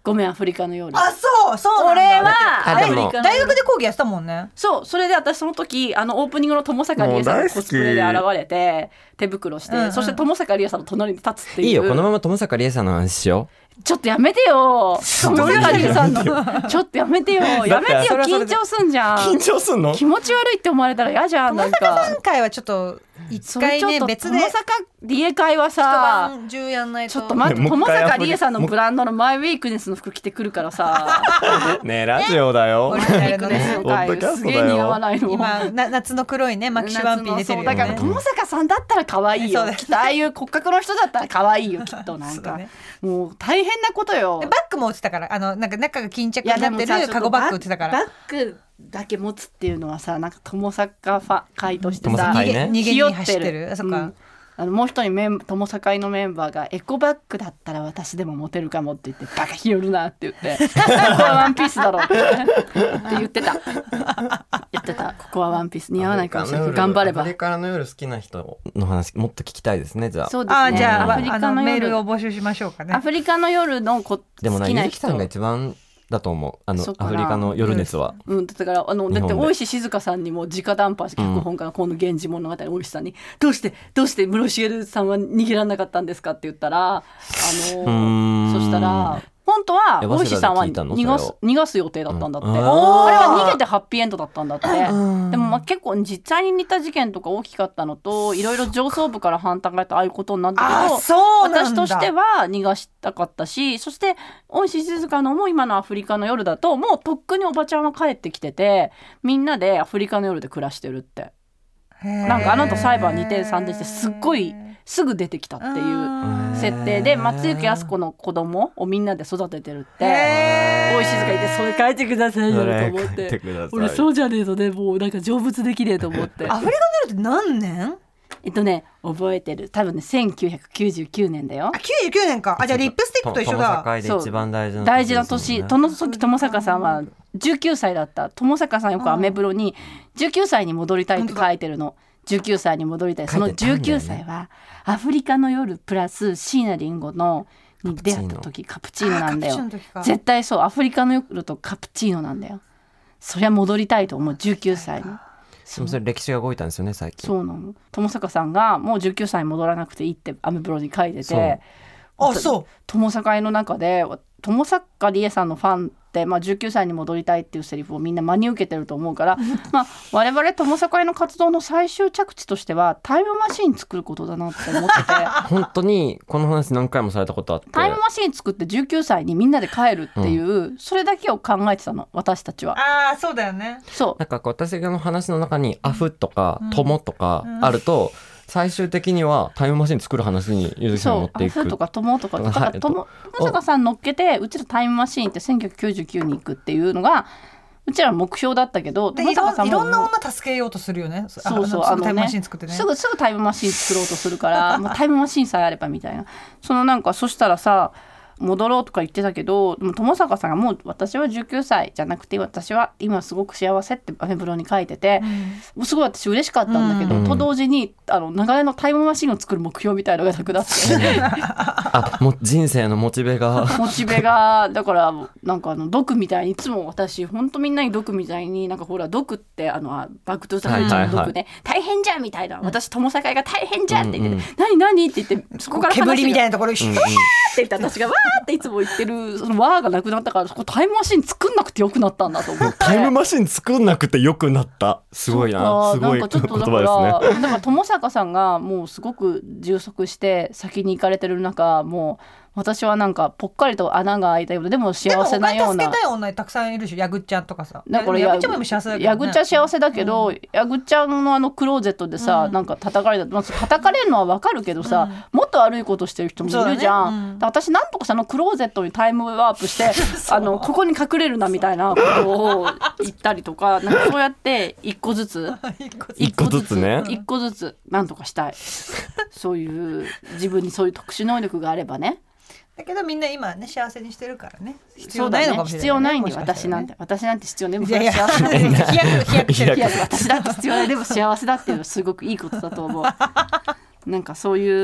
ごめんアフリカの夜。 あそうそうなんだ。 俺はあでも大学で講義やってたもんね。 そうそれで私その時あのオープニングの友坂理恵さんのコスプレで現れて手袋して、うんうん、そして友坂理恵さんの隣に立つっていう。 いいよこのまま友坂理恵さんの話しよう。 ちょっとやめてよ友坂理恵さんのちょっめてよやめてよ緊張すんじゃん。 緊張すんの。 気持ち悪いって思われたら嫌じゃん。なんか友坂さん会はちょっと一回ね別で友坂理恵会はさ一晩中やんないと。 ちょっと待って友坂理恵さんのブランドのマイウィークネスの服着てくるからさねえラジオだよ。 マイウィークネスの会すげえ似合わないの。 今な夏の黒いねマキシワンピー出てるよね。 だから友坂さんだったら可愛いよ。きっとああいう骨格の人だったら可愛いよきっと。なんか、ね、もう大変なことよ。 バッグも売ってたからあのなんか中が巾着になってるカゴバッグ売ってたから。 バッグだけ持つっていうのはさなんか友坂ファ会としてさ、 ね、逃げに走ってる。そっか、 うんあのもう一人メン友坂のメンバーがエコバッグだったら私でも持てるかもって言ってバカひよるなって言ってここはワンピースだろって言ってた言ってたここはワンピース似合わないかもしれない頑張れば。 アフリカの夜好きな人の話もっと聞きたいですね。じゃあそうですね。 あじゃあ、 アフリカの夜あのメールを募集しましょうかね。 アフリカの夜のこでもな好きな人ゆずきさんが一番だと思う。あのアフリカの夜熱は、 うん、だからあのだって大石静香さんにも直談判して脚本家のこの源氏物語大石さんにどうしてどうして室茂さんは逃げられなかったんですかって言ったらあのそしたら本当は大石さんは逃がす、逃がす予定だったんだって。あれは逃げてハッピーエンドだったんだって。でもまあ結構実際に似た事件とか大きかったのといろいろ上層部から反対があってああいうことになったけど私としては逃がしたかったしそして大石静香のも今のアフリカの夜だともうとっくにおばちゃんは帰ってきててみんなでアフリカの夜で暮らしてるって。なんかあの後裁判にてんさんでしてすっごいすぐ出てきたっていう設定で松雪泰子の子供をみんなで育ててるって大石静香いてそれ書いてくださいよと思って俺そうじゃねえとねもうなんか成仏できねえと思ってアフリカの夜って何年えっとね覚えてる多分ねせんきゅうひゃくきゅうじゅうきゅうねんだよ。 あきゅうじゅうきゅうねんか。あじゃあリップスティックと一緒だ。 友坂で一番大事な大事な年。その時友坂さんはじゅうきゅうさいだった。友坂さんよくアメブロにじゅうきゅうさいに戻りたいって書いてるの。じゅうきゅうさいに戻りたい。そのじゅうきゅうさいはアフリカの夜プラス椎名林檎のに出会った時カプチーノなんだよ。絶対そうアフリカの夜とカプチーノなんだよ。そりゃ戻りたいと思うじゅうきゅうさいに。 それ歴史が動いたんですよね最近。 そうなの。友坂さんがもうじゅうきゅうさいに戻らなくていいってアメブロに書いててあそう友坂の中で友坂理恵さんのファンって、まあ、じゅうきゅうさいに戻りたいっていうセリフをみんな真に受けてると思うから、まあ、我々友坂の活動の最終着地としてはタイムマシーン作ることだなって思ってて本当にこの話何回もされたことあってタイムマシーン作ってじゅうきゅうさいにみんなで帰るっていう、うん、それだけを考えてたの私たちは。 あーそうだよね。 そうなんか私の話の中にアフとか友とかあると、うんうん最終的にはタイムマシン作る話にゆずきさん持っていく。 そうアフとか友とかとか友坂さん乗っけてうちらタイムマシーンってせんきゅうひゃくきゅうじゅうきゅうに行くっていうのがうちらの目標だったけどでいろいろんな女助けようとするよね。 そうそうあの、ね、タイムマシン作ってねすぐすぐタイムマシン作ろうとするからもうタイムマシンさえあればみたいなそのなんかそしたらさ戻ろうとか言ってたけどでも友坂さんがもう私はじゅうきゅうさいじゃなくて私は今すごく幸せってアメブロに書いてて、うん、すごい私嬉しかったんだけど、うん、と同時にあの流れのタイムマシンを作る目標みたいなのがなくなってあもう人生のモチベがモチベがだからなんかあの毒みたいにいつも私本当みんなに毒みたいになんかほら毒ってあのバックトゥザフューチャーの毒ね、はいはいはい、大変じゃんみたいな私友坂が大変じゃんって言って、うんうん、何何って言ってそこから話が煙みたいなところにシューって言って私がわーっていつも言ってるそのワーがなくなったからそこタイムマシン作んなくてよくなったんだと思ってタイムマシン作んなくてよくなったすごいなすごい言葉ですね。だからだから友坂さんがもうすごく充足して先に行かれてる中もう私はなんかぽっかりと穴が開いたようなでも幸せなようなでもお前助けたい女たくさんいるしヤグちゃんとかさだからヤグちゃんも幸せだけど、ね、 ヤグちゃん幸せだけど、うん、ヤグちゃんのあのクローゼットでさ、うん、なんか叩かれた、まあ、叩かれるのは分かるけどさ、うん、もっと悪いことしてる人もいるじゃん、ねうん、私なんとかそのクローゼットにタイムワープしてあのここに隠れるなみたいなことを言ったりとかなんかそうやって一個ずつ一個ずつね一個ずつなんとかしたいそういう自分にそういう特殊能力があればねだけどみんな今ね幸せにしてるからね必要ないのかもしれない、ね、 必要ないんで、ね、私なんて私なんて必要ねも幸せ私だって必要ないでも幸せだっていうのはすごくいいことだと思うなんかそういう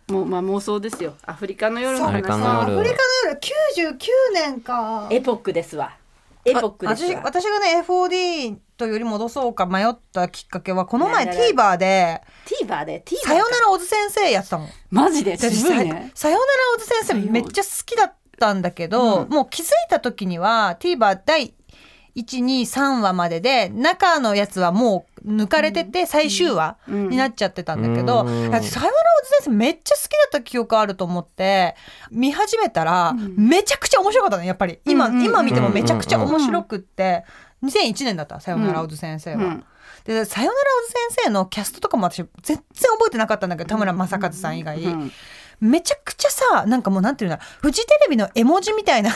もうまあ妄想ですよ。アフリカの夜の話。 アフリカのアフリ夜カの夜きゅうじゅうきゅうねんか。 エポックですわ。エポックですわ。 私, 私がね エフオーディー とより戻そうか迷ったきっかけはこの前ねえ TVer で TVer で TVer さよならオズ先生やってたもん。 マジで渋いね。 さよならオズ先生めっちゃ好きだったんだけど、うん、もう気づいた時には TVer 第いち、に、さんわまでで中のやつはもう抜かれてて最終話になっちゃってたんだけど、うんうん、さよならオズ先生めっちゃ好きだった記憶あると思って見始めたら、うん、めちゃくちゃ面白かったねやっぱり 今,、うんうん、今見てもめちゃくちゃ面白くって、うん、にせんいちねんだったさよならオズ先生は、うんうん、でさよならオズ先生のキャストとかも私全然覚えてなかったんだけど田村正和さん以外、うんうんめちゃくちゃさなんかもうなんていうのフジテレビの絵文字みたいな、うん、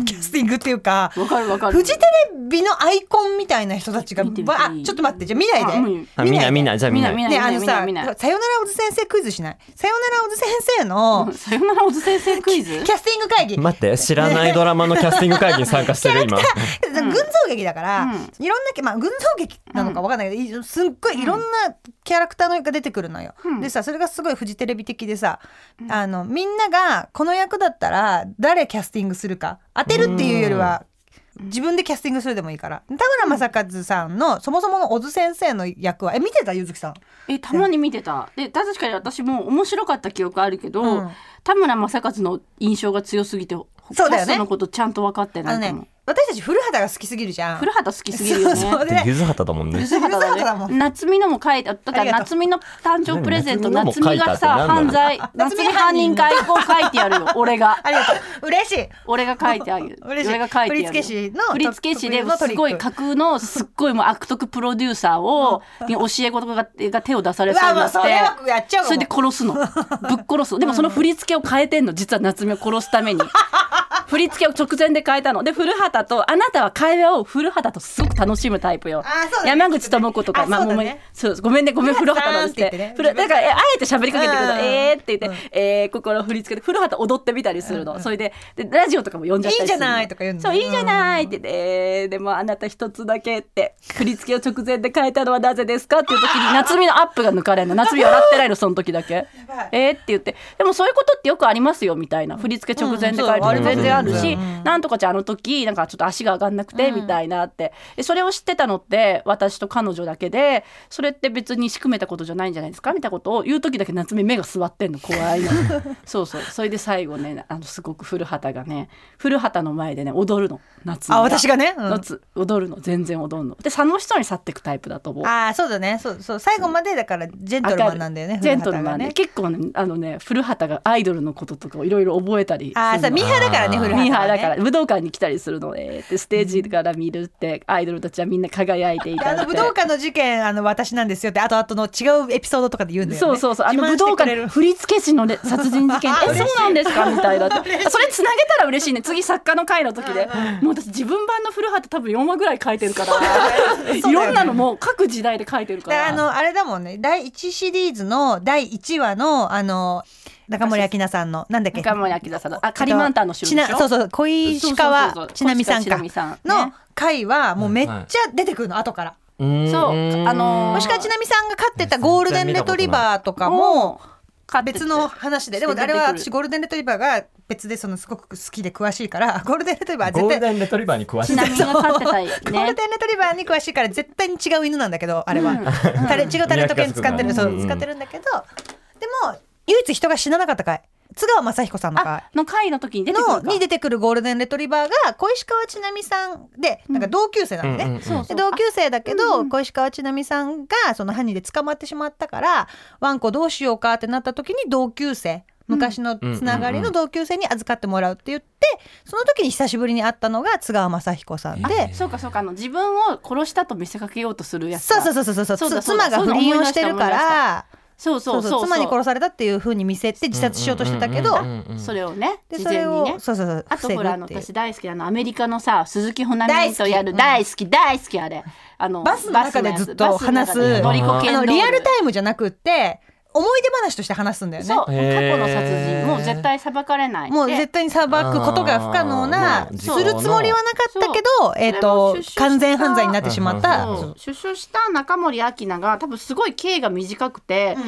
キャスティングっていうかわかるわかるフジテレビのアイコンみたいな人たちがわあちょっと待ってじゃあ見ないで、 うん、見ない見ないじゃあ見ないねあのささよならオズ先生クイズしないさよならオズ先生の、 うん、さよならオズ先生クイズキャスティング会議待って知らないドラマのキャスティング会議に参加してる今群像劇だから、うん、いろんな、まあ、群像劇なのかわかんないけど、うん、すっごいいろんなキャラクターのが出てくるのよ、うん、でさそれがすごいフジテレビ的でさ、うん、あのみんながこの役だったら誰キャスティングするか当てるっていうよりは自分でキャスティングするでもいいから田村正和さんのそもそもの小津先生の役はえ見てたゆずきさんえたまに見てたで確かに私も面白かった記憶あるけど、うん、田村正和の印象が強すぎてキャストのことちゃんと分かってないかも、 私たち古畑が好きすぎるじゃん。 古畑好きすぎるよね。 そうそうでゆず畑だもんね。 ゆず畑だね。夏美のも書いてだから夏美の誕生プレゼント夏美がさ犯罪夏美犯人会を書いてやるよ俺が。 ありがとう。嬉しい。 俺が書いてあげる。 嬉しい。 俺が書いてやる。 振付師の振付師ですごい架空のすっごいもう悪徳プロデューサーをに教え子とかがが手を出されそうになって、それで殺すの。ぶっ殺す。でもその振り付けを変えてんの実は夏美を殺すために。振り付けを直前で変えたので古畑とあなたは会話を古畑とすごく楽しむタイプよ、ね、山口智子とか、まあもうそうごめんねごめん古畑なんて、ね、だからあえて喋りかけてくるとえーって言って、うんえー、心振り付けて古畑踊ってみたりするの、うん、それ で, でラジオとかも呼んじゃったりするのいいじゃないとか言うのそういいじゃないってででもあなた一つだけって振り付けを直前で変えたのはなぜですかっていう時に夏美のアップが抜かれるの夏美笑ってないのその時だけえーって言ってでもそういうことってよくありますよみたいな振り付け直前で変えるの全然あるし、うんなんとかちゃんあの時なんかちょっと足が上がんなくてみたいなって、うん、でそれを知ってたのって私と彼女だけでそれって別に仕組めたことじゃないんじゃないですかみたいなことを言う時だけ夏美目が座ってんの怖いのそうそうそれで最後ねあのすごく古畑がね古畑の前でね踊るの夏美があ私がね、 うん、夏踊るの全然踊るので楽しそうに去っていくタイプだと思うあそうだねそうそう最後までだからジェントルマンなんだよねジェントルマンね結構ねあのね古畑がアイドルのこととかをいろいろ覚えたりするのあさミーハーだからね古畑はねミーハーだから武道館に来たりするのでステージから見るってアイドルたちはみんな輝いていたあの武道館の事件あの私なんですよってあとあとの違うエピソードとかで言うんだよねそうそうそうあの武道館振付師の殺人事件えそうなんですかみたいなそれつなげたら嬉しいね次作家の会の時でもう私自分版の古畑多分よんわぐらい書いてるからいろんなのも各時代で書いてるからあのあれだもんねだいいちシリーズのだいいちわのあの中森明菜さんのなんだっけ中森明菜さんのあカリマンタンの城でしょそうそう小石川ちなみさんかの回はもうめっちゃ出てくるの後からそうあの小石川ちなみさんが飼ってたゴールデンレトリバーとかも別の話ででもあれは私ゴールデンレトリバーが別でそのすごく好きで詳しいからゴールデンレトリバーは絶対ゴールデンレトリバーに詳しいちなみが飼ってたい、ね、 ゴールデンレトリバーに詳しいから絶対に違う犬なんだけどあれは、うん、タレ違うタレント犬使ってるそう使ってるんだけどでも唯一人が死ななかった回津川雅彦さんの回の回の時に出てくるかに出てくるゴールデンレトリバーが小石川ちなみさんでなんか同級生なんでね、うんうんうん、で同級生だけど、うん、小石川ちなみさんがその犯人で捕まってしまったからワンコどうしようかってなった時に同級生昔のつながりの同級生に預かってもらうって言ってその時に久しぶりに会ったのが津川雅彦さんでそうかそうかあの自分を殺したと見せかけようとするやつそうそうそうそうそうそう妻が不倫をしてるからそうそうそうそう妻に殺されたっていう風に見せて自殺しようとしてたけどそれをねでそれをそうそうそうあとほらあの私大好きなのアメリカのさ鈴木保奈美とやる大好き大好きあれあのバスの中でずっと話す乗りこけんリアルタイムじゃなくって思い出話として話すんだよねそう過去の殺人もう絶対裁かれないもう絶対に裁くことが不可能なするつもりはなかったけど、えー、と完全犯罪になってしまった出所した中森明菜が多分すごい刑が短くて、うん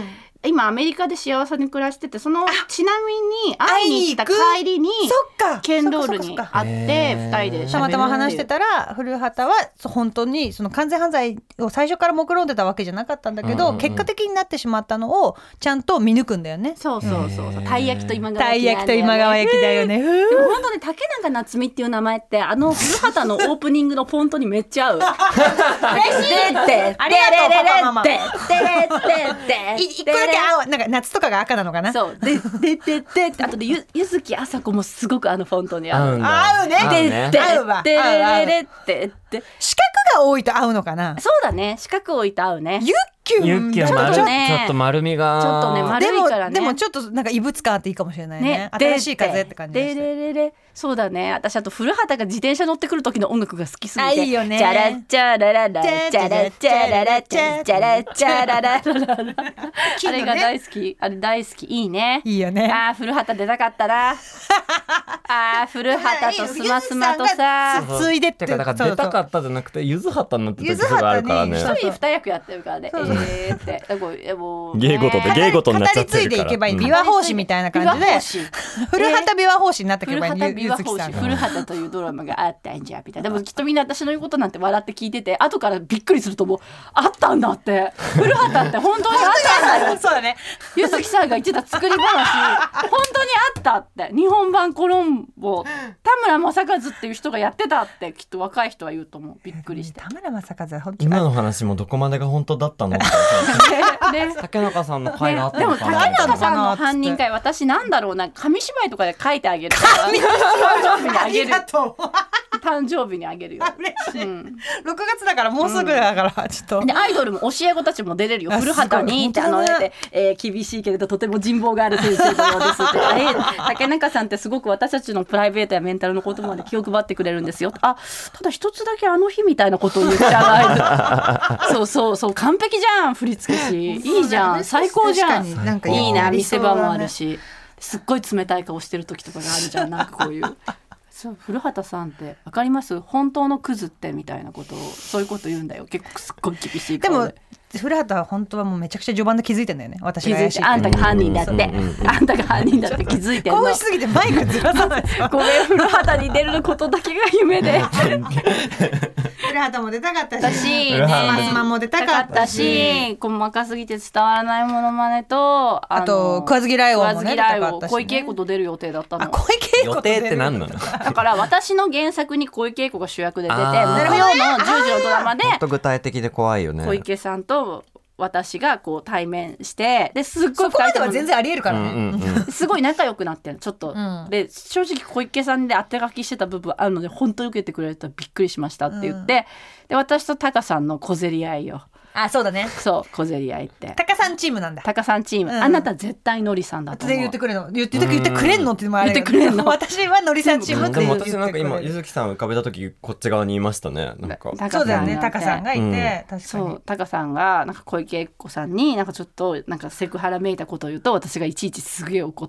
今アメリカで幸せに暮らしてて、そのちなみに会いに行った帰りにケンロールに会ってふたりで喋る。 たまたま話してたら古畑は本当にその完全犯罪を最初から目論んでたわけじゃなかったんだけど、うんうん、結果的になってしまったのをちゃんと見抜くんだよね。 そうそうそうそう、たい焼きと今川焼き、たい焼きと今川焼きだよね。 でも本当ね、竹中夏実っていう名前ってあの古畑のオープニングのフォントにめっちゃ合う。嬉しいって、 ありがとうパパママ。 で一個だけ青、なんか夏とかが赤なのかな。 そうでででであとでゆ柚木あさこもすごくあのフォントに合う。 合うね。 でで合うわ。 でれれってって四角が多いと合うのかな。 そうだね、四角多いと合うね。 ユッキュンユッキュン丸ちょっと丸みがちょっとね丸いからね。 でもでもちょっとなんか異物感あっていいかもしれないね。新しい風って感じで。 でれれれそうだね。私あと古畑が自転車乗ってくる時の音楽が好きすぎて。 あ、いいよね。 チャラチャラララチャラチャララチャチャラチャラララあれが大好き。あれ大好き。いいね。 いいよね。 あー古畑出たかったな。あー古畑とスマスマとさついでってだから出たかったじゃなくてゆず畑になってた時があるからね。 一人二役やってるからね。えーって芸事で芸事になっちゃってるから。 語り継いでいけばいい。琵琶法師みたいな感じで古畑琵琶法師になっていけばいい。 古畑琵琶法師古畑というドラマがあったんじゃみたいな。でもきっとみんな私の言うことなんて笑って聞いてて、後からびっくりするともうあったんだって。古畑って本当にあったんだよ。 そうだね。 柚木さんが言ってた作り話本当にあったって。日本版コロンボ田村正和っていう人がやってたってきっと若い人は言うと思う。びっくりして。 田村正和は本当今の話もどこまでが本当だったのって竹中さんの会があったのかな。 でも竹中さんの犯人会、私なんだろうな、紙芝居とかで書いてあげるから誕生日にあげる。誕生日にあげるよ。 嬉しい、うん、ろくがつだからもうすぐだから、うん、ちょっとでアイドルも教え子たちも出れるよ。古畑にってあの出て、えー、厳しいけれどとても人望がある先生のようですって竹中さんってすごく私たちのプライベートやメンタルのことまで気を配ってくれるんですよ。あ、ただ一つだけあの日みたいなことを言っちゃうそうそうそう、完璧じゃん振り付けし、いいじゃん、最高じゃん、なんかいいな、見せ場もあるし、すっごい冷たい顔してる時とかがあるじゃん、なんかこういうそう古畑さんって分かります？本当のクズってみたいなことをそういうこと言うんだよ。結構すっごい厳しい顔で。でも古畑は本当はもうめちゃくちゃ序盤で気づいてんだよね。私が怪しいって、あんたが犯人だって、うんうんうん、あんたが犯人だって気づいてんの。 興奮しすぎてマイクずらさないですよ。 ごめん、古畑に出ることだけが夢で古畑も出たかったし、 ね、 スマスマも出たかったし、 細かすぎて伝わらないものまねと、 あと食わず嫌い王もね出たかったし、ね、 小池栄子と出る予定だったの。 あ、小池栄子予定って何なの？ だから私の原作に小池栄子が主役で出て、木曜のじゅうじのドラマでほんと具体的で怖いよね。 小池さんと私がこう対面して、ですっごいそこまでは全然ありえるからね、うんうんうん、すごい仲良くなってるちょっと、うん、で正直小池さんで当て書きしてた部分あるので本当に受けてくれたらびっくりしましたって言って、うん、で私とタカさんの小競り合いよ。 あ、そうだね。 そう、小競り合いってタカさんチームなんだ。 タカさんチーム、うん、あなた絶対のりさんだと思う。 言ってくれの言って言ってくれんのってもあれ言ってくれんの私はのりさんチームって言ってくれる。でも私なんか今柚木さん浮かべた時こっち側にいましたね。なんかそうだよね、タカさんがいて、うん、 確かにそうタカさんがなんか小池栄子さんになんかちょっとなんかセクハラめいたことを言うと私がいちいちすげえ怒って、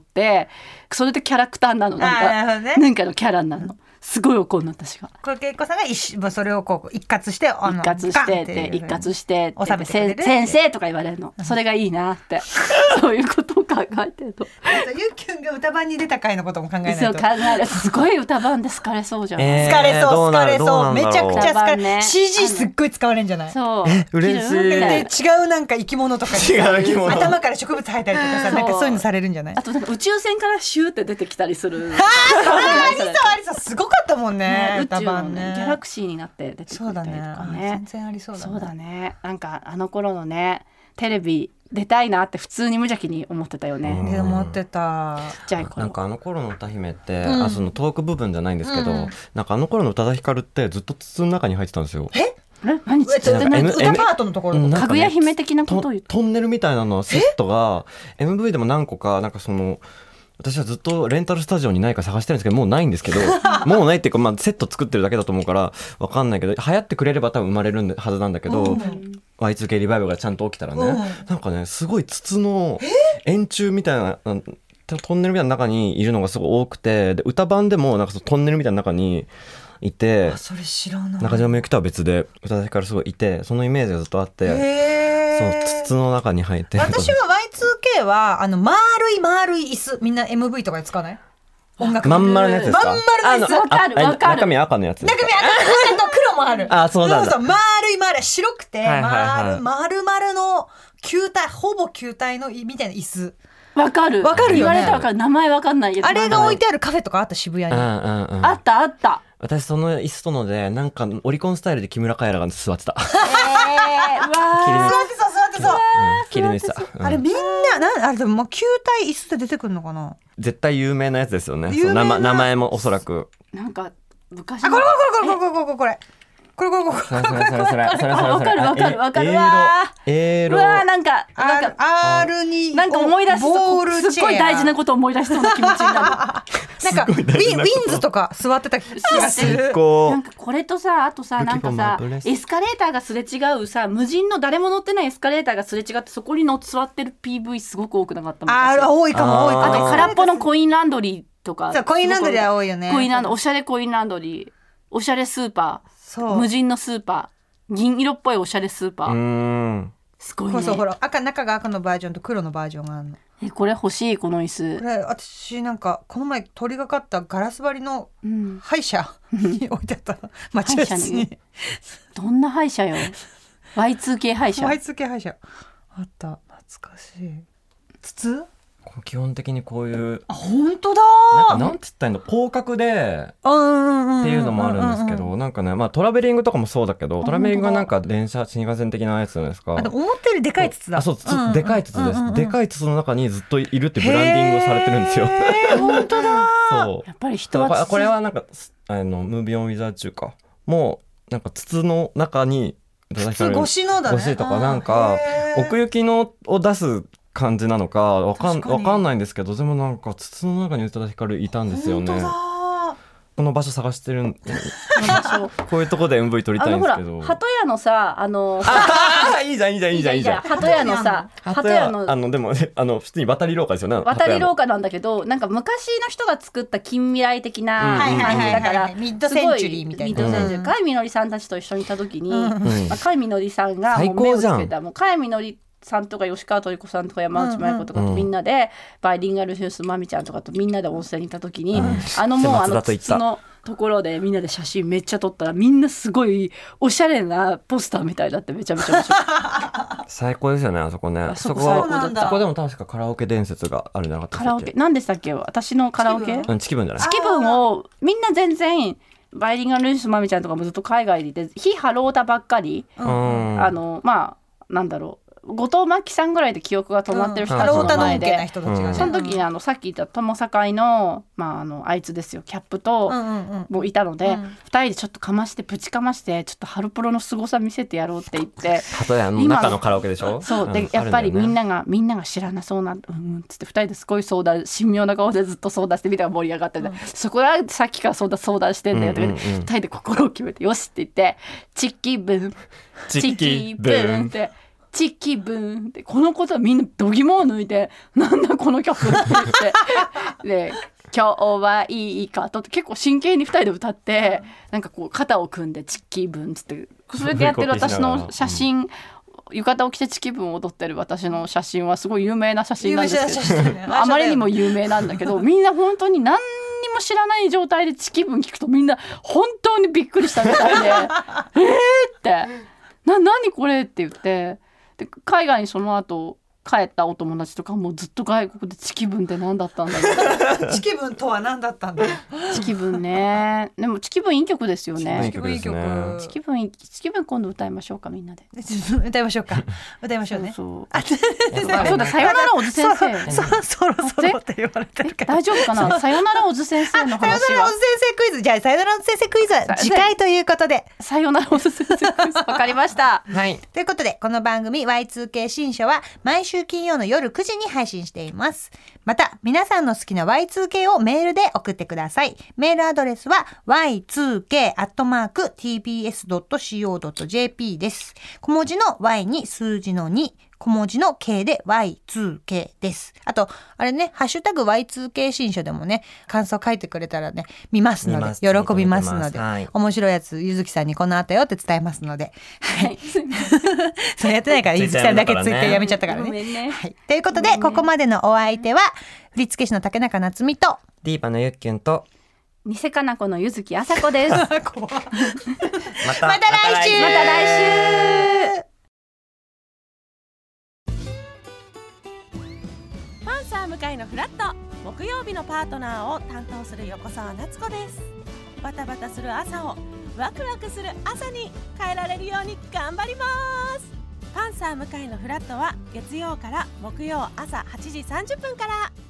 それでキャラクターなの、なんか、なるほどね、なんかのキャラになるの。すごい怒るの私が。 小池栄子さんが一それをこう一括してあの一括してって一括してってって先生とか言われるの、うん、それがいいなってそういうことを考えてるとゆっきゅんが歌番に出た回のことも考えないと。 そう考える。すごい歌番で好かれそうじゃん、 えー、好かれそう好かれそうめちゃくちゃ好かれ、ね、シージー すっごい使われるんじゃない？ そうえ嬉しい。 で違うなんか生き物とかに違う生き物頭から植物生えたりとかさ、なんかそういうのされるんじゃない？ あとなんか宇宙船からシューって出てきたりする。 あありそうありそう、すごかったもんね、ね、 宇宙のねギャラクシーになって出てきたりとかね。 そうだね、全然ありそうだね。 そうだね、なんかあの頃のねテレビ出たいなって普通に無邪気に思ってたよね。 うん、思ってた。 ちっちゃい頃なんかあの頃の歌姫って、うん、あそのトーク部分じゃないんですけど、うん、なんかあの頃の宇多田ヒカルってずっと筒の中に入ってたんですよ。 ええ何ちょっと歌パートのところのかぐや姫的なことを言ってトンネルみたいなのセットが エムブイ でも何個かなんかその私はずっとレンタルスタジオにないか探してるんですけどもうないんですけどもうないっていうか、まあ、セット作ってるだけだと思うから分かんないけど流行ってくれれば多分生まれるはずなんだけど、うん、ワイツーケー リバイバルがちゃんと起きたらね、うん、なんかねすごい筒の円柱みたいなトンネルみたいな中にいるのがすごい多くて、で歌版でもなんかそのトンネルみたいな中にいて、 あそれ知らない。 中島みゆきとは別で宇多田ヒカルすごいいて、そのイメージがずっとあって、 そう筒の中に入ってる。 私は ワイツーケー はあの丸い丸い椅子、みんな エムブイ とかで使わない？音楽まん丸のやつですか？ まん丸の椅子。 わかるわかる。 中身赤のやつ。 中身赤と黒もある。 あ、そうなんだ。 そうそう、丸い丸い白くて、 はいはいはい丸丸々の球体、ほぼ球体のみたいな椅子。 わかる。 わかるよね。 言われたらわかる。名前わかんないけど。 あれが置いてあるカフェとかあった、渋谷に。 うんうんうん、 あったあった。 私その椅子とのでなんかオリコンスタイルで木村カエラが座ってた。 えー、うわ座ってそう座ってそう。 切り抜いてた。 うん、あれみんななんあれでもまあ球体椅子って出てくるのかな。 絶対有名なやつですよね。名, 名前もおそらく。 なんか昔の。あ、これこれこれこれこれこれ。これこれこれこれこれこれこれこれわかるわかるわかるわー。 うわーなんかなんか R になんか思い出すとすっごい大事なことを思い出しそうな気持ちになる。なんかウィンウィンズとか座ってた気がする。 なんかこれとさあとさなんかさエスカレーターがすれ違うさ無人の誰も乗ってないエスカレーターがすれ違ってそこに乗座ってる ピーブイ すごく多くなかったもん。 ああ多いかも多いかも。 あと空っぽのコインランドリーとか。 そうコインランドリーは多いよね。 コインランドおしゃれコインランドリーおしゃれスーパー。無人のスーパー銀色っぽいおしゃれスーパー。うーんすごいね。 そうそうほら赤中が赤のバージョンと黒のバージョンがあるの。 えこれ欲しいこの椅子。 これ私なんかこの前通りがかったガラス張りの歯医者に置いてあった待合室に。 どんな歯医者よ。ワイツーケー 歯医者。 ワイツーケー 歯医者あった懐かしい。筒基本的にこういうあ本当だなんかなんて言ったらいいの広角でっていうのもあるんですけどなんかねまあトラベリングとかもそうだけどトラベリングはなんか電車新幹線的なやつじゃないですか。 あ思ったよりでかい筒だ。 あそうつでかい筒です。でかい筒の中にずっといるってブランディングをされてるんですよ。 本当だ。 そうやっぱり人はこれはなんかあのムービーオンウィザー中かもうなんか筒の中に筒越しのだね。 越しとかなんか奥行きのを出す感じなのかわかん、わかんないんですけどでもなんか筒の中に宇多田ヒカルいたんですよね。この場所探してるんこういうとこで エムブイ 撮りたいんですけど。 鳩屋のさあのあいいじゃんいいじゃんいいじゃんいいじゃん。 鳩屋のさ鳩屋のあのでもあの普通に渡り廊下ですよね。 渡り廊下なんだけどなんか昔の人が作った近未来的な感じだからミッドセンチュリーみたいな。 ミッドセンチュリー。甲斐みのりさんたちと一緒にいた時に甲斐みのりさんがもう目をつけたもう甲斐みのりさんとか吉川トリコさんとか山内真由子とかとみんなで、うんうん、バイリンガルヒュースまみちゃんとかとみんなで温泉に行った時に、うん、あのもうあの筒のところでみんなで写真めっちゃ撮ったらみんなすごいおしゃれなポスターみたいだってめちゃめちゃ面白い。 最高ですよねあそこね。 あそこ最高だった。 そこでも確かカラオケ伝説があるんじゃなかったっけ。 カラオケ何でしたっけ私のカラオケうんチキブンじゃないチキブンをみんな全然バイリンガルヒュースまみちゃんとかもずっと海外にいて非ハロータばっかり、うん、あのまあなんだろう後藤真希さんぐらいで記憶が止まってる人たちの前で、うん、その時にあのさっき言った友坂の、まあ、あのあいつですよキャップと、うんうんうん、もういたので、うん、ふたりでちょっとかましてプチかましてちょっとハロプロの凄さ見せてやろうって言ってあの中のカラオケでしょ。 そうで、うん、やっぱりみんなが、ね、みんなが知らなそうなうんうんつってふたりですごい相談神妙な顔でずっと相談してみたら盛り上がってて、うん、そこはさっきから相談相談してんだよとか、うんうんうん、ふたりで心を決めてよしって言ってチキブンチキブンってチキブーンってこのことはみんな度肝を抜いてなんだこの曲って言ってで今日はいいかとって結構真剣にふたりで歌ってなんかこう肩を組んでチキブーンつってそれでやってる私の写真、うん、浴衣を着てチキブーンを踊ってる私の写真はすごい有名な写真なんですけど、ね、あまりにも有名なんだけどみんな本当に何にも知らない状態でチキブーン聞くとみんな本当にびっくりしたみたいでえーってな何これって言ってで海外にその後帰ったお友達とかもずっと外国でチキブンって何だったんだろうチキブンとは何だったんだチキブンねでもチキブンいい曲ですよね。 チキブンいい曲ですね。 チキブンチキブン今度歌いましょうかみんなで歌いましょうか歌いましょうね。 そうそうそうださよならおず先生そろそろそろって言われてるから大丈夫かなさよならおず先生の話はさよならおず先生クイズじゃあさよならおず先生クイズは次回ということでさよならおず先生クイズわかりました、 はい、 ということでこの番組 ワイツーケー 新書は毎週金曜の夜くじに配信しています。また皆さんの好きな ワイツーケー をメールで送ってください。メールアドレスは ワイツーケー アットマーク ティービーエス ドット シーオー ドット ジェーピー です。小文字の Y に数字のに小文字の K で ワイツーケー です。あとあれね、ハッシュタグ ワイツーケー 新書でもね、感想書いてくれたらね、見ますので、喜びますので、はい、面白いやつゆずきさんにこのあったよって伝えますので、はい、それやってないからゆずきさんだけツイッターやめちゃったからね。ね、はい、ということで、ここまでのお相手は振付師の竹中夏実とディーパのゆっきゅんと偽かなこのゆずきあさこです。またまた来週また来週。 パンサー向井のフラット、木曜日のパートナーを担当する横澤夏子です。バタバタする朝をワクワクする朝に変えられるように頑張ります。パンサー向井のフラットは月曜から木曜朝はちじさんじゅっぷんから。